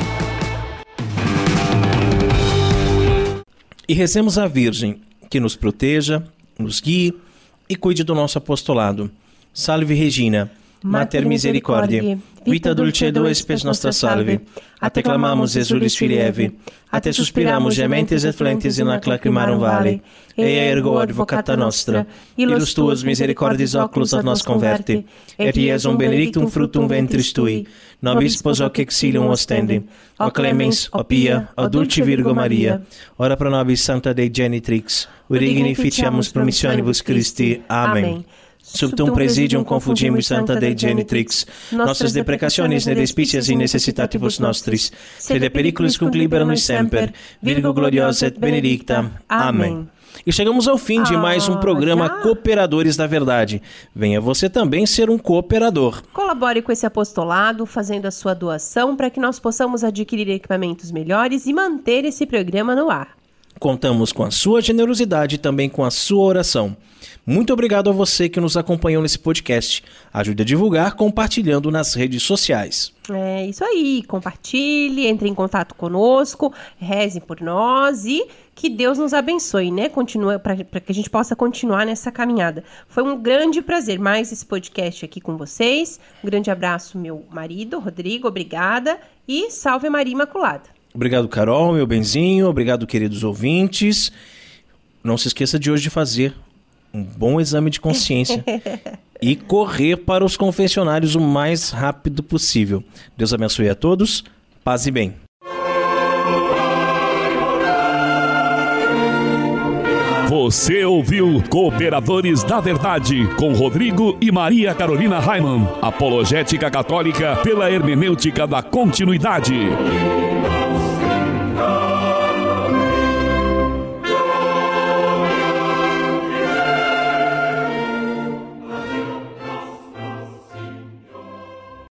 E rezemos à Virgem, que nos proteja, nos guie e cuide do nosso apostolado. Salve Regina, Mater Misericordiae, vita dulcedo espes nostra salve. A te clamamos, exulis Filievi, a te suspiramos gementes et flentes in ac lacrimarum vale. Eia ergo advocata nostra, ilus tuos misericordiis oculos ad nos converte, et Iesum benedictum fructum ventris tui, nobis pos hoc exilium ostendi. O clemens, o pia, o dulce Virgo Maria, ora pro nobis Sancta Dei Genitrix, urigini ficiamus promissionibus Christi. Amém. Subtum presidium confundimus Sancta Dei Genitrix, nostras deprecationes ne despicias in necessitatibus nostris, sed periculus cum libera nos semper, Virgo gloriosa et benedicta. Amém. E chegamos ao fim de mais um programa Cooperadores da Verdade. Venha você também ser um cooperador. Colabore com esse apostolado, fazendo a sua doação para que nós possamos adquirir equipamentos melhores e manter esse programa no ar. Contamos com a sua generosidade e também com a sua oração. Muito obrigado a você que nos acompanhou nesse podcast. Ajude a divulgar compartilhando nas redes sociais. É isso aí, compartilhe, entre em contato conosco, reze por nós e que Deus nos abençoe, né? Continua para que a gente possa continuar nessa caminhada. Foi um grande prazer mais esse podcast aqui com vocês. Um grande abraço, meu marido, Rodrigo, obrigada e salve Maria Imaculada. Obrigado, Carol, meu benzinho. Obrigado, queridos ouvintes. Não se esqueça de hoje de fazer um bom exame de consciência e correr para os confessionários o mais rápido possível. Deus abençoe a todos. Paz e bem. Você ouviu Cooperadores da Verdade com Rodrigo e Maria Carolina Raimann. Apologética católica pela hermenêutica da continuidade.